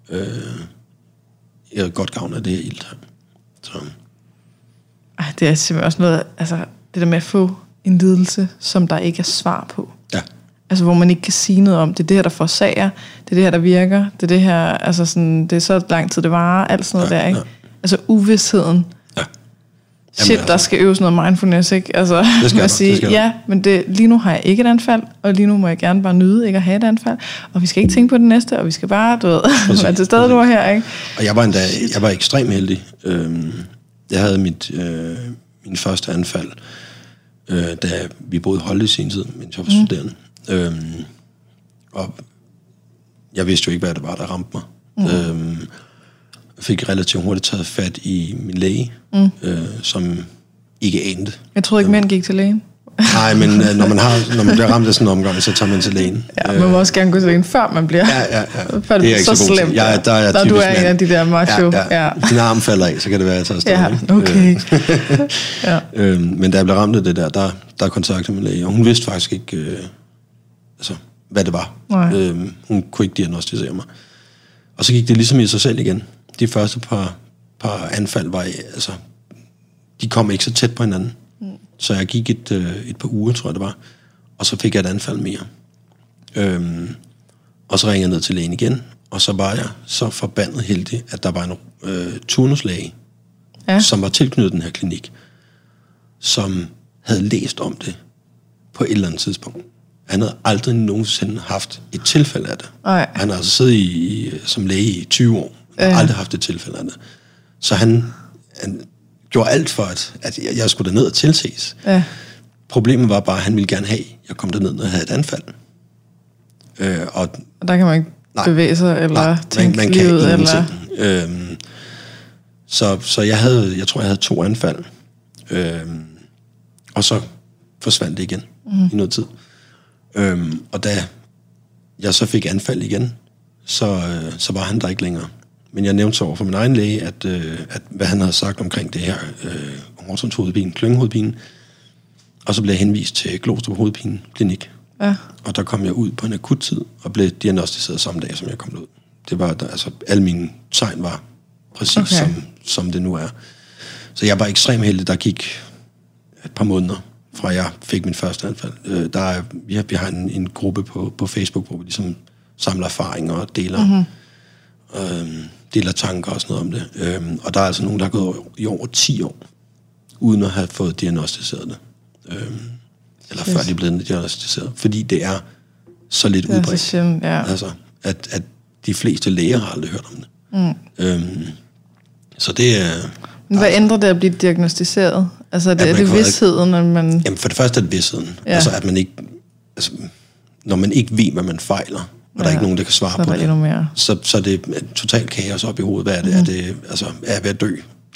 godt gavn af det her ilt her. Så. Det er simpelthen også noget, altså det der med at få en lidelse, som der ikke er svar på. Ja. Altså hvor man ikke kan sige noget om, det er det her, der forsager, det er det her, der virker, det er det her, altså sådan, det er så lang tid, det varer, alt sådan noget der, ikke? Ja. Altså uvidsheden. Ja. Shit, der skal øves noget mindfulness, ikke? Altså, det skal sige, ja, men lige nu har jeg ikke et anfald, og lige nu må jeg gerne bare nyde ikke at have et anfald, og vi skal ikke tænke på det næste, og vi skal bare, være til stede nu her, ikke? Og jeg var ekstremt heldig. Jeg havde min første anfald, da vi boede i Holte i sin tid, mens jeg var studerende. Og jeg vidste jo ikke, hvad det var, der ramte mig. Jeg fik relativt hurtigt taget fat i min læge, som ikke anede. Jeg troede ikke, mænd gik til lægen. Nej, men når man bliver ramt af sådan en omgang, så tager man til lægen. Ja, man må også gerne gå til lægen, før man bliver. Ja. Før det er så slemt. Der du er en af de der macho. Ja. Din arm falder af, så kan det være, at jeg tager afsted. Ja, okay. Men da jeg blev ramt af det der kontaktede min læge, og hun vidste faktisk ikke, hvad det var. Hun kunne ikke diagnostisere mig. Og så gik det ligesom i sig selv igen. De første par anfald var, altså, de kom ikke så tæt på hinanden. Så jeg gik et par uger, tror jeg det var, og så fik jeg et anfald mere. Og så ringede jeg ned til lægen igen, og så var jeg så forbandet heldig, at der var en turnuslæge, som var tilknyttet den her klinik, som havde læst om det på et eller andet tidspunkt. Han havde aldrig nogensinde haft et tilfælde af det. Han har altså siddet som læge i 20 år, og aldrig haft et tilfælde af det. Så han gjorde alt for, at jeg skulle derned og tilses. Problemet var bare, at han ville gerne have, at jeg kom derned, når jeg havde et anfald. Og der kan man ikke bevæge sig, eller tænke man livet, eller... Så jeg tror, jeg havde 2 anfald. Og så forsvandt det igen i noget tid. Og da jeg så fik anfald igen, så var han der ikke længere. Men jeg nævnte så over for min egen læge, at hvad han havde sagt omkring det her Horsens-hovedpine, klyngehovedpine, og så blev jeg henvist til Glostrup Hovedpineklinik. Og der kom jeg ud på en akuttid og blev diagnosticeret samme dag, som jeg kom ud. Det var altså alle mine tegn var præcis som det nu er. Så jeg var ekstremt heldig. Der gik et par måneder fra jeg fik min første anfald. Vi har en gruppe på Facebook, hvor vi ligesom samler erfaringer og deler tanker og sådan noget om det. Og der er altså nogen, der har gået i over 10 år, uden at have fået diagnosticeret det. Eller før de er blevet diagnosticeret. Fordi det er så lidt udbredt. Altså, at de fleste læger har aldrig hørt om det. Så det er... Hvad ændrer det at blive diagnosticeret? Altså, er det vidstheden, at man... Jamen, for det første er det vidstheden. Altså, at man ikke... Altså, når man ikke ved, hvad man fejler, og der er ikke nogen, der kan svare på det, så er det totalt kaos op i hovedet. Hvad er det? Er det altså, er jeg ved at dø?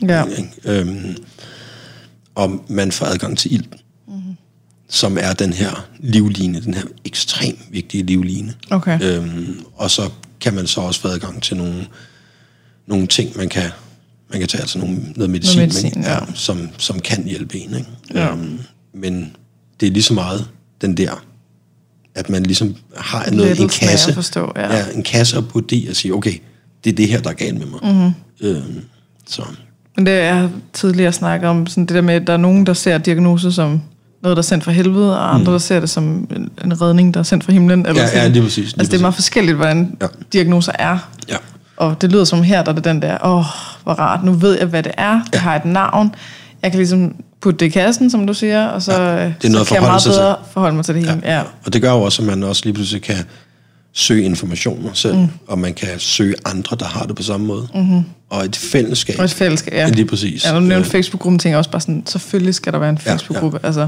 Og man får adgang til ild, som er den her livline, den her ekstremt vigtige livline. Og så kan man så også få adgang til nogle ting, man kan tage, altså noget medicin som kan hjælpe en. Ikke? Men det er lige så meget den der, at man ligesom har en kasse, en kasse at putte i og sige, okay, det er det her, der er galt med mig. Så. Men det jeg har tidligere snakket om, sådan det der med, at der er nogen, der ser diagnose som noget, der er sendt fra helvede, og andre, der ser det som en redning, der er sendt fra himlen. Eller lige præcis. Altså, det er meget forskelligt, hvordan diagnoser er. Og det lyder som her, der er det den der, hvor rart, nu ved jeg, hvad det er, jeg har et navn, jeg kan ligesom putte det i kassen, som du siger, og så, det er noget så kan jeg meget bedre forholde mig til det hele. Og det gør jo også, at man også lige pludselig kan søge informationer selv, og man kan søge andre, der har det på samme måde. Og et fællesskab. Lige præcis. Ja, nu nævnte Facebook-gruppen, tænker også bare sådan, selvfølgelig skal der være en Facebook-gruppe. Altså.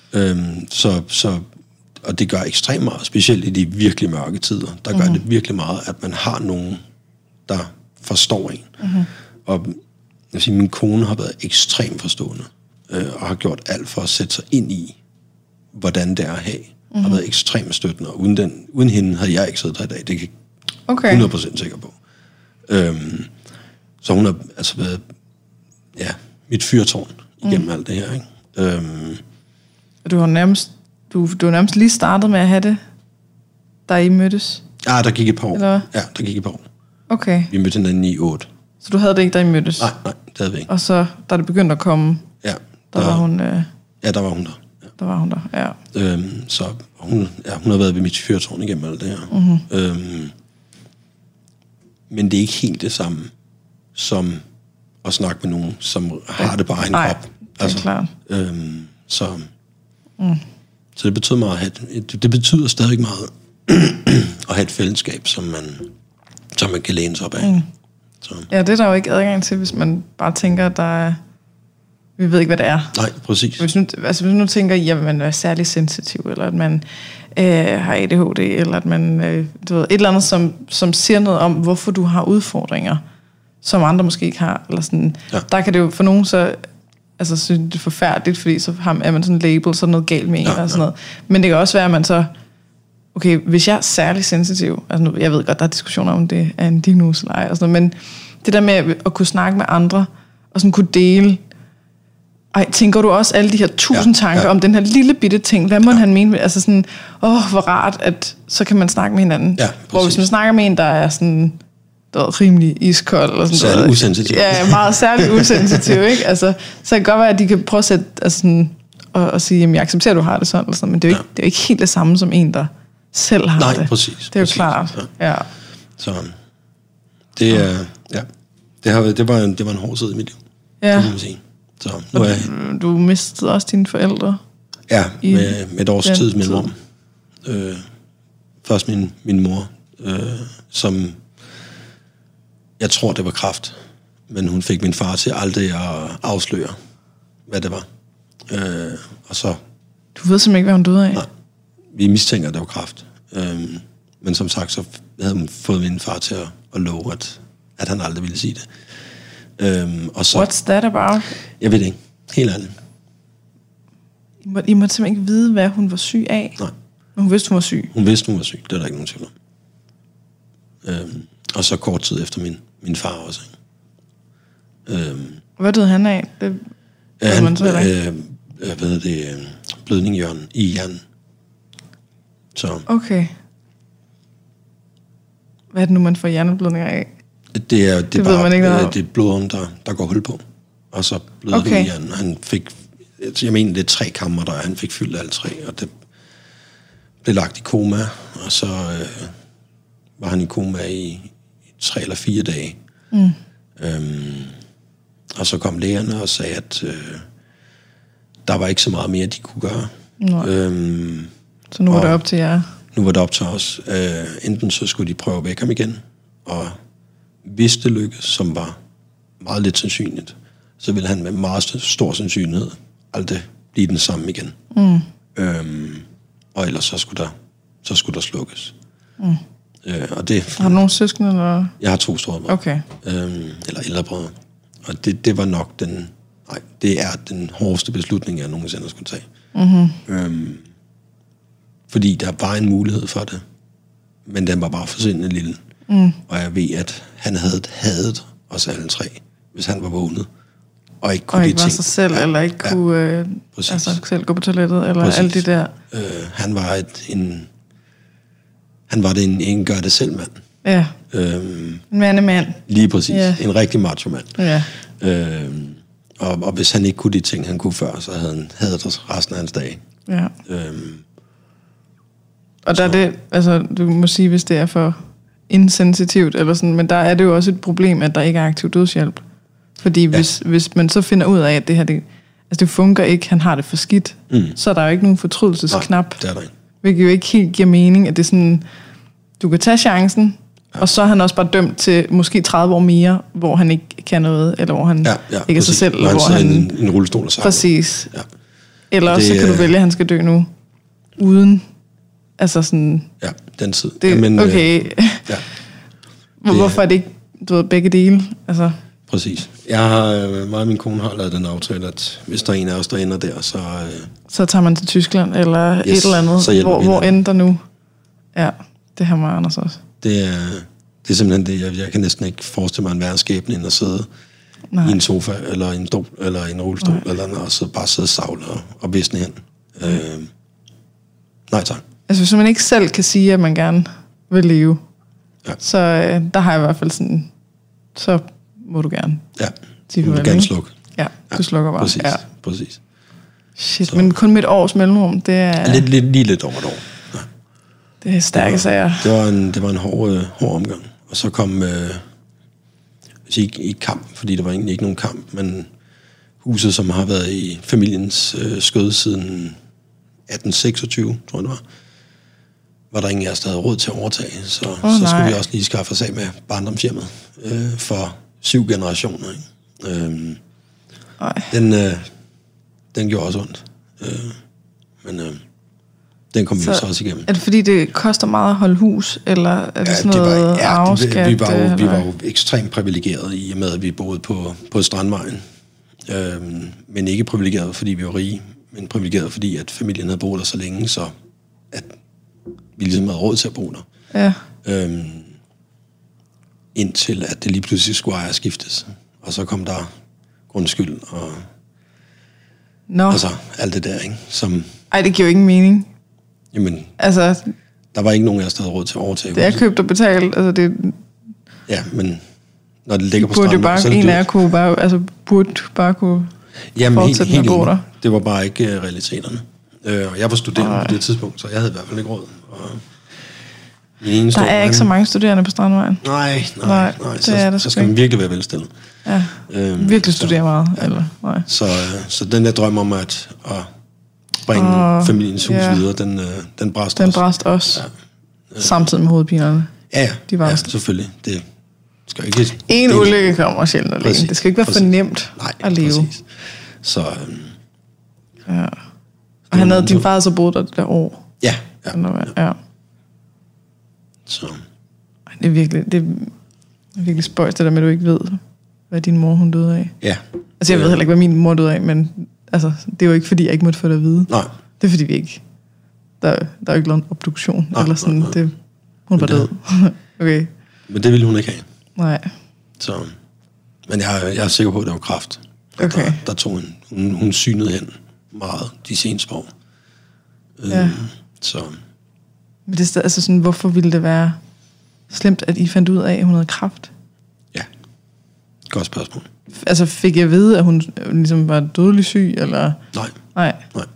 Og det gør ekstremt meget, specielt i de virkelig mørke tider. Der gør det virkelig meget, at man har nogen, der forstår en. Og jeg vil sige, min kone har været ekstremt forstående, og har gjort alt for at sætte sig ind i, hvordan det er at have. Har været ekstremt støttende, og uden hende havde jeg ikke siddet her i dag. Det er jeg 100% sikker på. Så hun har altså været mit fyrtårn igennem alt det her. Ikke? Du har nærmest lige startet med at have det, da I mødtes? Ja, der gik et par år. Eller? Ja, der gik et par år. Okay. Vi mødte hinanden i 8. Så du havde det ikke, da I mødtes? Nej, det havde vi ikke. Og så, da det begyndte at komme, der var hun... Ja, der var hun der. Der var hun der, så hun har været ved mit fyrtårn igennem alt det her. Men det er ikke helt det samme, som at snakke med nogen, som har det bare i en krop. Altså, det er klart. Så det betyder meget det betyder stadig meget at have et fællesskab, som man kan læne sig op af. Så. Ja, det er der jo ikke adgang til, hvis man bare tænker, at der er... Vi ved ikke, hvad det er. Nej, præcis. Hvis nu tænker, at man er særlig sensitiv, eller at man har ADHD, eller at man du ved, et eller andet, som siger noget om, hvorfor du har udfordringer, som andre måske ikke har. Eller sådan. Der kan det jo for nogen så... Altså, synes det er forfærdeligt, fordi så er man sådan en label, så er noget galt med en, eller sådan noget. Men det kan også være, at man så... Okay, hvis jeg er særlig sensitiv... Altså nu, jeg ved godt, der er diskussioner om det er en diagnose eller ej, og sådan noget, men det der med at kunne snakke med andre, og sådan kunne dele... tænker du også alle de her 1000 tanker om den her lille bitte ting? Hvad må han mene? Altså sådan, hvor rart, at så kan man snakke med hinanden. Hvor hvis man snakker med en, der er sådan rimelig iskold. Og sådan særlig usensitiv. Ja, meget særligt usensitiv, ikke? Altså, så kan det godt være, at de kan prøve at sætte, altså sådan, og sige, jamen jeg accepterer, at du har det sådan, eller sådan, men det er jo ikke helt det samme som en, der selv har det. Nej, præcis. Det er jo klart, ja. Så det er, det var en hård tid i mit liv, kan man sige. Så nu du mistede også dine forældre? Ja, med et års tids mellemrum. Først min mor, som jeg tror, det var kræft, men hun fik min far til aldrig at afsløre, hvad det var. Og så... Du ved simpelthen ikke, hvad hun døde af? Nej, vi mistænker, at det var kræft. Men som sagt, så havde hun fået min far til at love, at han aldrig ville sige det. Og så, what's that about? Jeg ved det ikke. Helt ærligt. I måtte simpelthen ikke vide, hvad hun var syg af? Nej. Men hun vidste, hun var syg? Hun vidste, hun var syg. Det er der ikke nogen tvivl om. Og så kort tid efter min far også. Hvad døde han af? Det han blødning i hjernen. Så. Okay. Hvad er det nu, man får hjerneblødninger af? Det er bare det er blodånden, der går hul på. Og så bløder det i hjernen. Han fik, jeg mener, det er 3 kammer, der han fik fyldt alle 3, og det blev lagt i koma, og så var han i koma i 3 eller 4 dage. Og så kom lægerne og sagde, at der var ikke så meget mere, de kunne gøre. Så nu var det op til jer? Nu var det op til os. Enten så skulle de prøve at vække ham igen, og hvis det lykkedes, som var meget lidt sandsynligt, så ville han med meget stor sandsynlighed aldrig blive den samme igen. Og ellers så skulle der slukkes. Og det, har du nogle søskende? Eller? Jeg har 2 store brødre. Okay. Eller ældre brødre. Og det var nok det er den hårdeste beslutning, jeg nogensinde skulle tage. Fordi der var en mulighed for det, men den var bare forsindende lille. Og jeg ved, at han havde hadet os alle 3, hvis han var vågnet. Og ikke kunne var sig selv, eller ikke kunne selv gå på toilettet, eller alt det der. Han var en gør det selv mand. Ja. En mandemand. Lige præcis. En rigtig macho mand. Ja. Og hvis han ikke kunne de ting, han kunne før, så havde han hadet resten af hans dag. Ja. Og der er det, altså du må sige, hvis det er for insensitivt, eller sådan, men der er det jo også et problem, at der ikke er aktiv dødshjælp. Fordi hvis man så finder ud af, at det her, det fungerer ikke, han har det for skidt, så er der jo ikke nogen fortrydelsesknap. Nej, det er der ikke. Hvilket jo ikke helt giver mening, at det er sådan, du kan tage chancen, og så er han også bare dømt til måske 30 år mere, hvor han ikke kan noget, eller hvor han ikke er sig selv, eller hvor han en rullestol og præcis. Ja. Eller også så kan du vælge, at han skal dø nu, uden, altså sådan... Ja, den tid. Okay. Hvorfor er det ikke, du ved, begge dele? Altså... Præcis. Jeg har, mig og min kone har lavet den aftale, at hvis der er en af os, der ender der, så tager man til Tyskland, eller et eller andet. Hvor ender der nu? Ja, det har mig Anders også. Det er simpelthen det. Jeg kan næsten ikke forestille mig en værre skæbne, end at sidde i en sofa, eller en stol, eller en rullestol, eller noget, og så bare sidde og savle og visne hen. Nej tak. Altså hvis man ikke selv kan sige, at man gerne vil leve, så der har jeg i hvert fald sådan, så må du gerne. Ja, du må gerne slukke. Ja, du slukker bare. Præcis, præcis. Shit, så. Men kun med et års mellemrum, det er... Lige lidt over et år. Ja. Det er stærke sager. Det var en hård omgang. Og så kom, ikke i kamp, fordi der var egentlig ikke nogen kamp, men huset, som har været i familiens skød siden 1826, tror jeg det var der ingen af os, der havde råd til at overtage. Så skulle vi også lige skaffe os af med barndomshjemmet for 7 generationer. Ikke? Den gjorde også ondt. Men den kom vi så også igennem. Er det fordi, det koster meget at holde hus, eller er det sådan noget arveskat? Vi var jo ekstremt privilegerede i og med, at vi boede på Strandvejen. Men ikke privilegerede, fordi vi var rige, men privilegerede, fordi at familien havde boet der så længe, så at vi ligesom havde råd til at bo der. Ja. Indtil at det lige pludselig skulle ejerskiftes. Og så kom der grundskyld og så alt det der, ikke? Ej, det giver jo ingen mening. Jamen, altså, der var ikke nogen af os, der havde råd til at overtage. Det er købt og betalt, altså det... Ja, men når det ligger på stranden... burde bare kunne fortsætte med at bo der. Det var bare ikke realiteterne. Og jeg var studerende på det tidspunkt, så jeg havde i hvert fald ikke råd. Der er ikke så mange studerende på Strandvejen. Nej. Så skal man virkelig være velstillet. Ja, virkelig studere meget. Ja. Eller, nej. Så den der drøm om at bringe familiens hus videre, den brast også. Den brast også. Ja. Samtidig med hovedpinerne. Ja, selvfølgelig. Det skal ikke... En ulykke kommer sjældent alene. Det skal ikke være for nemt at leve. Præcis. Så... ja. Og han havde din far så boet der det der år. Ja. Så. Det er virkelig spøjst, det der med, at du ikke ved, hvad din mor hun døde af. Ja. Altså, jeg ved heller ikke, hvad min mor døde af, men altså, det er jo ikke, fordi jeg ikke måtte få det at vide. Nej. Det er, fordi vi ikke... Der er jo ikke lavet en obduktion, eller sådan. Nej. Det, hun var død. Okay. Men det ville hun ikke have. Nej. Så... Men jeg er sikker på, at det var kræft. Okay. Der tog hun synede hen meget de seneste år. Ja. Så... Men det er altså sådan, hvorfor ville det være slemt, at I fandt ud af, at hun havde kræft? Ja, godt spørgsmål. Altså fik jeg at vide, at hun ligesom var dødelig syg, eller? Nej.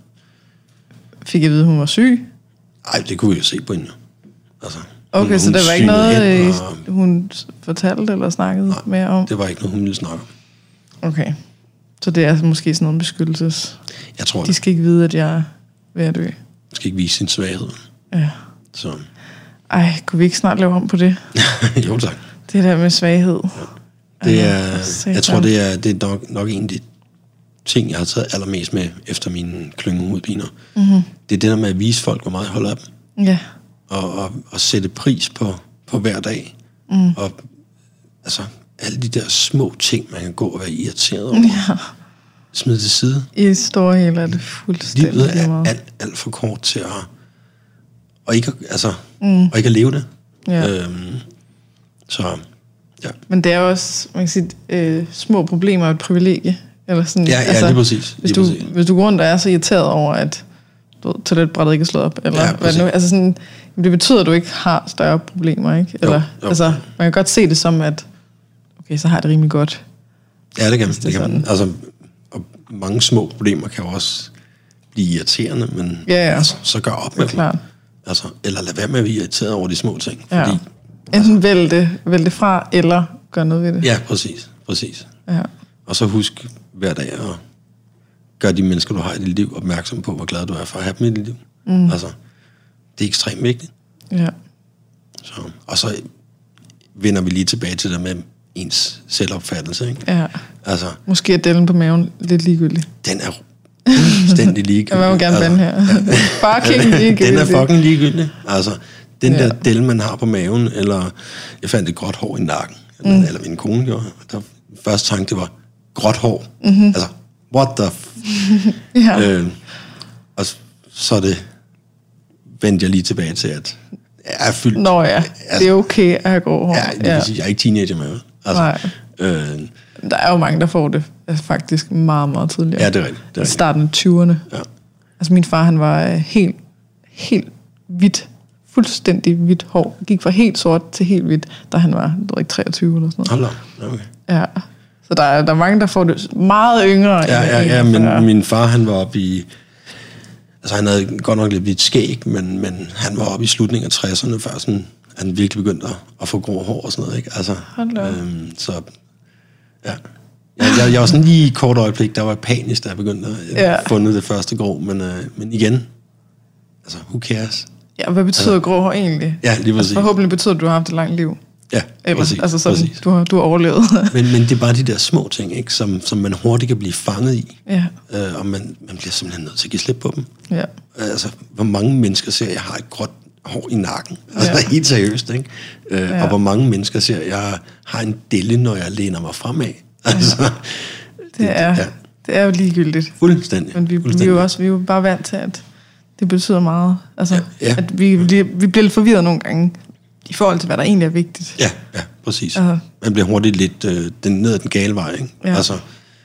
Fik jeg at vide, at hun var syg? Nej, det kunne vi jo se på hende. Altså, okay, så der var ikke noget, hun fortalte eller snakkede mere om? Det var ikke noget, hun ville snakke om. Okay, så det er altså måske sådan noget beskyttelses. Jeg tror de skal ikke vide, at jeg er ved at dø. De skal ikke vise sin svaghed. Ja. Så. Ej, kunne vi ikke snart lave om på det? Jo, tak. Det der med svaghed. Ja. Det er, jeg tror, det er nok en af de ting, jeg har taget allermest med efter mine klyngehovedpiner. Mm-hmm. Det er det der med at vise folk, hvor meget jeg holder af dem. Ja. Og sætte pris på hver dag. Mm. Og altså, alle de der små ting, man kan gå og være irriteret over. Ja. Smid til side. I store hele er det fuldstændig livet er alt for kort til at... Og ikke at leve det. Ja. Så, ja. Men det er også, man kan sige, små problemer og et privilegie. Eller sådan, ja, lige præcis. Hvis du går rundt og er så irriteret over, at toiletbrættet ikke er slået op, eller hvad nu, altså sådan, det betyder, at du ikke har større problemer, ikke? Eller, jo. Altså, man kan godt se det som, at okay, så har jeg det rimelig godt. Ja, det kan man. Altså, og mange små problemer kan jo også blive irriterende, men altså, så gør op med dem. Altså, eller lad være med at være irriteret over de små ting. Ja. Fordi, enten vælg det fra, eller gør noget ved det. Ja, præcis. Ja. Og så husk hver dag at gøre de mennesker, du har i dit liv, opmærksom på, hvor glad du er for at have dem i dit liv. Mm. Altså, det er ekstremt vigtigt. Ja. Så, og så vender vi lige tilbage til det med ens selvopfattelse, ikke? Ja. Altså, måske er dellen på maven lidt ligegyldig. Den er fuldstændig ligegyldig. Jeg vil gerne vende her. Fucking ligegyldig. Den er fucking ligegyldig. Altså, den der del, man har på maven, eller jeg fandt et gråt hår i nakken, eller min kone gjorde. Der første tanke, det var gråt hår. Mm-hmm. Altså, what the ja. Og så det vendte jeg lige tilbage til, at jeg er fyldt. Nå ja, altså, det er okay at have grå hår. Ja, det vil sige, jeg er ikke teenager med. Altså, der er jo mange, der får det faktisk meget, meget tidligere. Ja, det er rigtigt. I starten af 20'erne. Ja. Altså min far, han var helt hvidt, fuldstændig hvidt hår. Gik fra helt sort til helt hvidt, da han var 23 eller sådan noget. Hold da, okay. Ja, så der er mange, der får det meget yngre. Ja, men min far, han var oppe i... Altså, han havde godt nok lidt skæg, men han var oppe i slutningen af 60'erne, før sådan, han virkelig begyndte at få grå hår og sådan noget, ikke? Altså, så... Ja. Jeg var sådan lige i kort øjeblik, der var panisk, da jeg begyndte at fundet det første grå, men igen, altså, who cares? Ja, hvad betyder grå hår egentlig? Ja, lige præcis. Altså, forhåbentlig betyder, at du har haft et langt liv. Ja, præcis. Altså sådan, præcis. Du har overlevet. men det er bare de der små ting, ikke, som man hurtigt kan blive fanget i. Ja. Og man bliver simpelthen nødt til at give slip på dem. Ja. Altså, hvor mange mennesker ser, jeg har et gråt hår i nakken. Altså, helt seriøst, ikke? Og hvor mange mennesker ser, jeg har en delle, når jeg læner mig fremad. Altså, det er jo ligegyldigt. Fuldstændig. Men vi er jo bare vant til, at det betyder meget. Altså, at vi bliver lidt forvirret nogle gange i forhold til, hvad der egentlig er vigtigt. Ja, præcis. Man bliver hurtigt lidt ned ad den gale vej, ikke? Ja. Altså,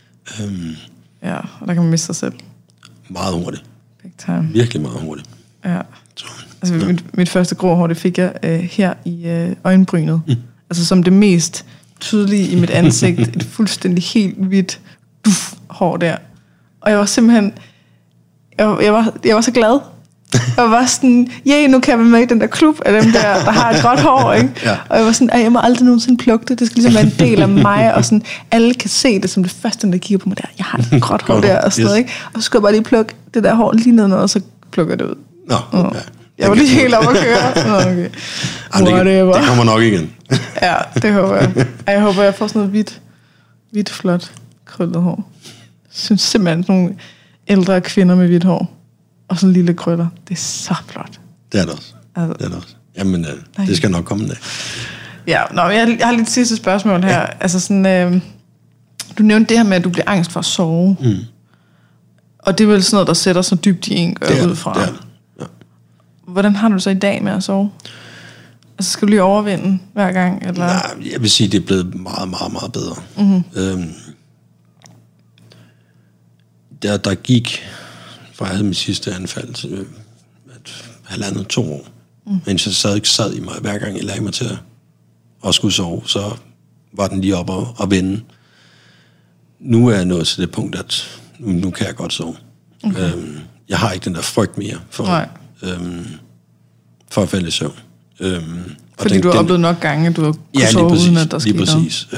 ja, og der kan man miste sig selv. Meget hurtigt. Big time. Virkelig meget hurtigt. Ja. Altså, mit første grå hår, det fik jeg her i øjenbrynet. Altså som det mest tydelige i mit ansigt. Et fuldstændig helt hvidt hår der. Og jeg var simpelthen... Jeg var så glad. Jeg var sådan, nu kan jeg være med i den der klub af dem der har et gråt hår, ikke? Ja. Og jeg var sådan, jeg må aldrig nogensinde plukke det. Det skal ligesom være en del af mig, og sådan, alle kan se det som det første, der kigger på mig der. Jeg har et gråt hår der, og sådan noget, ikke? Og så skal jeg bare lige plukke det der hår lige ned, og så plukker jeg det ud. Nå, okay. Jeg var lige helt op at køre. Okay. Det kommer nok igen. Ja, det håber jeg. Jeg håber, jeg får sådan noget hvidt flot, krøllet hår. Jeg synes simpelthen, nogle ældre kvinder med hvidt hår, og sådan en lille krøller. Det er så flot. Det er det også. Altså, det er det også. Jamen, det skal nok komme en dag. Ja, jeg har lidt sidste spørgsmål her. Ja. Altså sådan, du nævnte det her med, at du bliver angst for at sove. Mm. Og det er vel sådan noget, der sætter så dybt i en ud fra. Det er det. Ja. Hvordan har du det så i dag med at sove? Altså, skal du lige overvinde hver gang? Eller? Nej, jeg vil sige, det er blevet meget, meget, meget bedre. Mm-hmm. Der gik, fra jeg havde mit sidste anfald, 1,5-2 år. Men så sad i mig, hver gang jeg lagde mig til at skulle sove, så var den lige oppe og vende. Nu er jeg nået til det punkt, at nu kan jeg godt sove. Okay. Jeg har ikke den der frygt mere for at falde i søvn. Fordi du har oplevet nok gange, du har kunnet sove uden, at der sker noget. Ja, lige præcis.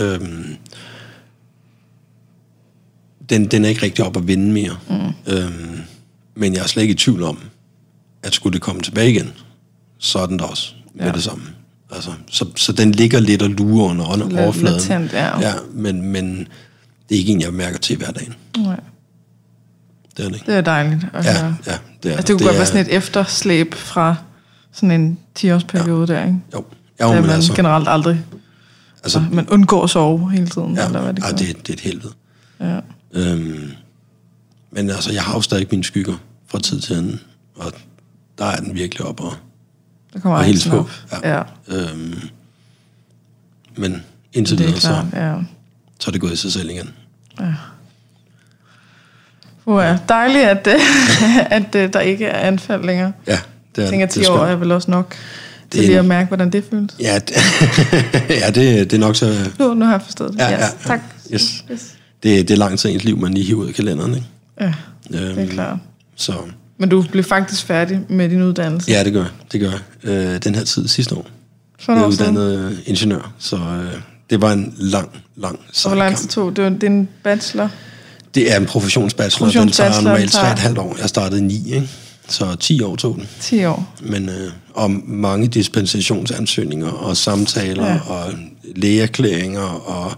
Den er ikke rigtig op at vinde mere. Men jeg er slet ikke i tvivl om, at skulle det komme tilbage igen, så er den der også med det samme. Altså, så den ligger lidt og lurer under overfladen. Latent, ja, men det er ikke en, jeg mærker til hver dag. Nej. Det er det ikke. Det er dejligt at høre. Ja, det er. Altså, det kunne godt være sådan et efterslæb fra sådan en 10-årsperiode der, ikke? Jo, men man generelt aldrig... Altså, man undgår at sove hele tiden, eller hvad det gør. Det er et helvede. Ja. Men altså, jeg har jo stadig mine skygger fra tid til anden, og der er den virkelig op og helt på. Ja. Men indtil videre, så er det gået i sig selv igen. Ja. Dejligt, at der ikke er anfald længere. Ja, det er. Jeg tænker, 10 år er vel også nok til lige at mærke, hvordan det føles. Ja, det er nok så... Nu har jeg forstået det. Ja, tak. Yes. Det er lang tid i ens liv, man lige hiver ud af kalenderen, ikke? Ja, det er klart. Så. Men du blev faktisk færdig med din uddannelse? Ja, det gør jeg. Den her tid sidste år. Jeg er uddannet ingeniør, så det var en lang sejr. Hvor lang tid tog det? Det er en bachelor? Det er en professionsbachelor. Den tager normalt 3,5 år. Jeg startede 9, ikke? Så 10 år tog den. 10 år. Men om mange dispensationsansøgninger og samtaler og lægeerklæringer og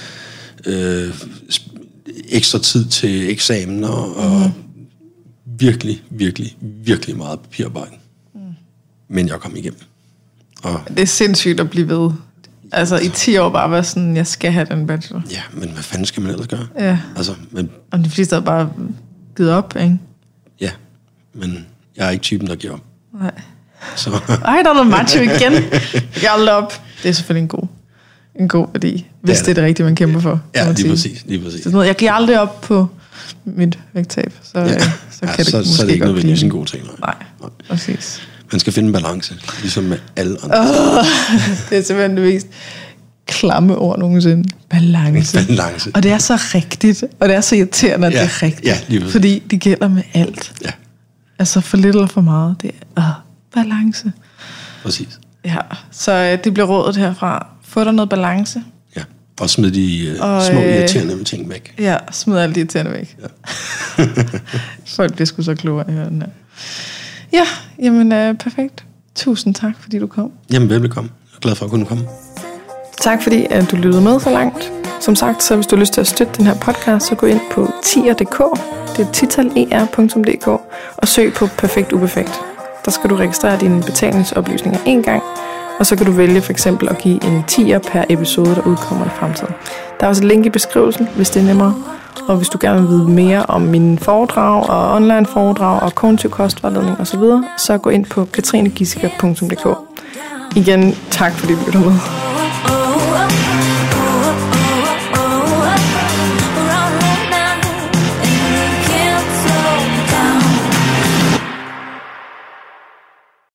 ekstra tid til eksamener og virkelig, virkelig, virkelig meget papirarbejde. Men jeg kom igennem. Og det er sindssygt at blive ved. Altså i 10 år bare være sådan, jeg skal have den bachelor. Ja, men hvad fanden skal man ellers gøre? Ja. Altså, men og de fleste har bare givet op, ikke? Ja, men jeg er ikke typen, der giver op. Nej. Så. Ej, der er noget macho igen. Jeg giver aldrig op. Det er selvfølgelig en god værdi, hvis det er det rigtige, man kæmper for. Ja, lige præcis. Så jeg giver aldrig op på mit vægttab, så kan det måske så er det ikke nødvendigvis en god ting. Nej, præcis. Man skal finde en balance, ligesom med alle andre. Det er simpelthen det mest klamme ord nogensinde. Balance. Og det er så rigtigt, og det er så irriterende, at det er rigtigt. Ja, lige fordi det gælder med alt. Ja. Altså for lidt eller for meget. Det er balance. Præcis. Ja, så det bliver rådet herfra. Få dig noget balance. Ja, og smid de små irriterende ting væk. Ja, smid alt de irriterende væk. Ja. Folk bliver sgu så klogere at høre den her. Ja, jamen perfekt. Tusind tak, fordi du kom. Jamen velbekomme. Jeg er glad for at kunne komme. Tak fordi at du lyttede med så langt. Som sagt, så hvis du har lyst til at støtte den her podcast, så gå ind på tier.dk. Det er titaler.dk og søg på Perfekt Uperfekt. Der skal du registrere dine betalingsoplysninger en gang, og så kan du vælge for eksempel at give en 10'er per episode, der udkommer i fremtiden. Der er også et link i beskrivelsen, hvis det er nemmere. Og hvis du gerne vil vide mere om mine foredrag og online foredrag og kognitiv kostvejledning osv., så gå ind på katrinegissiker.dk. Igen, tak fordi du lytter med.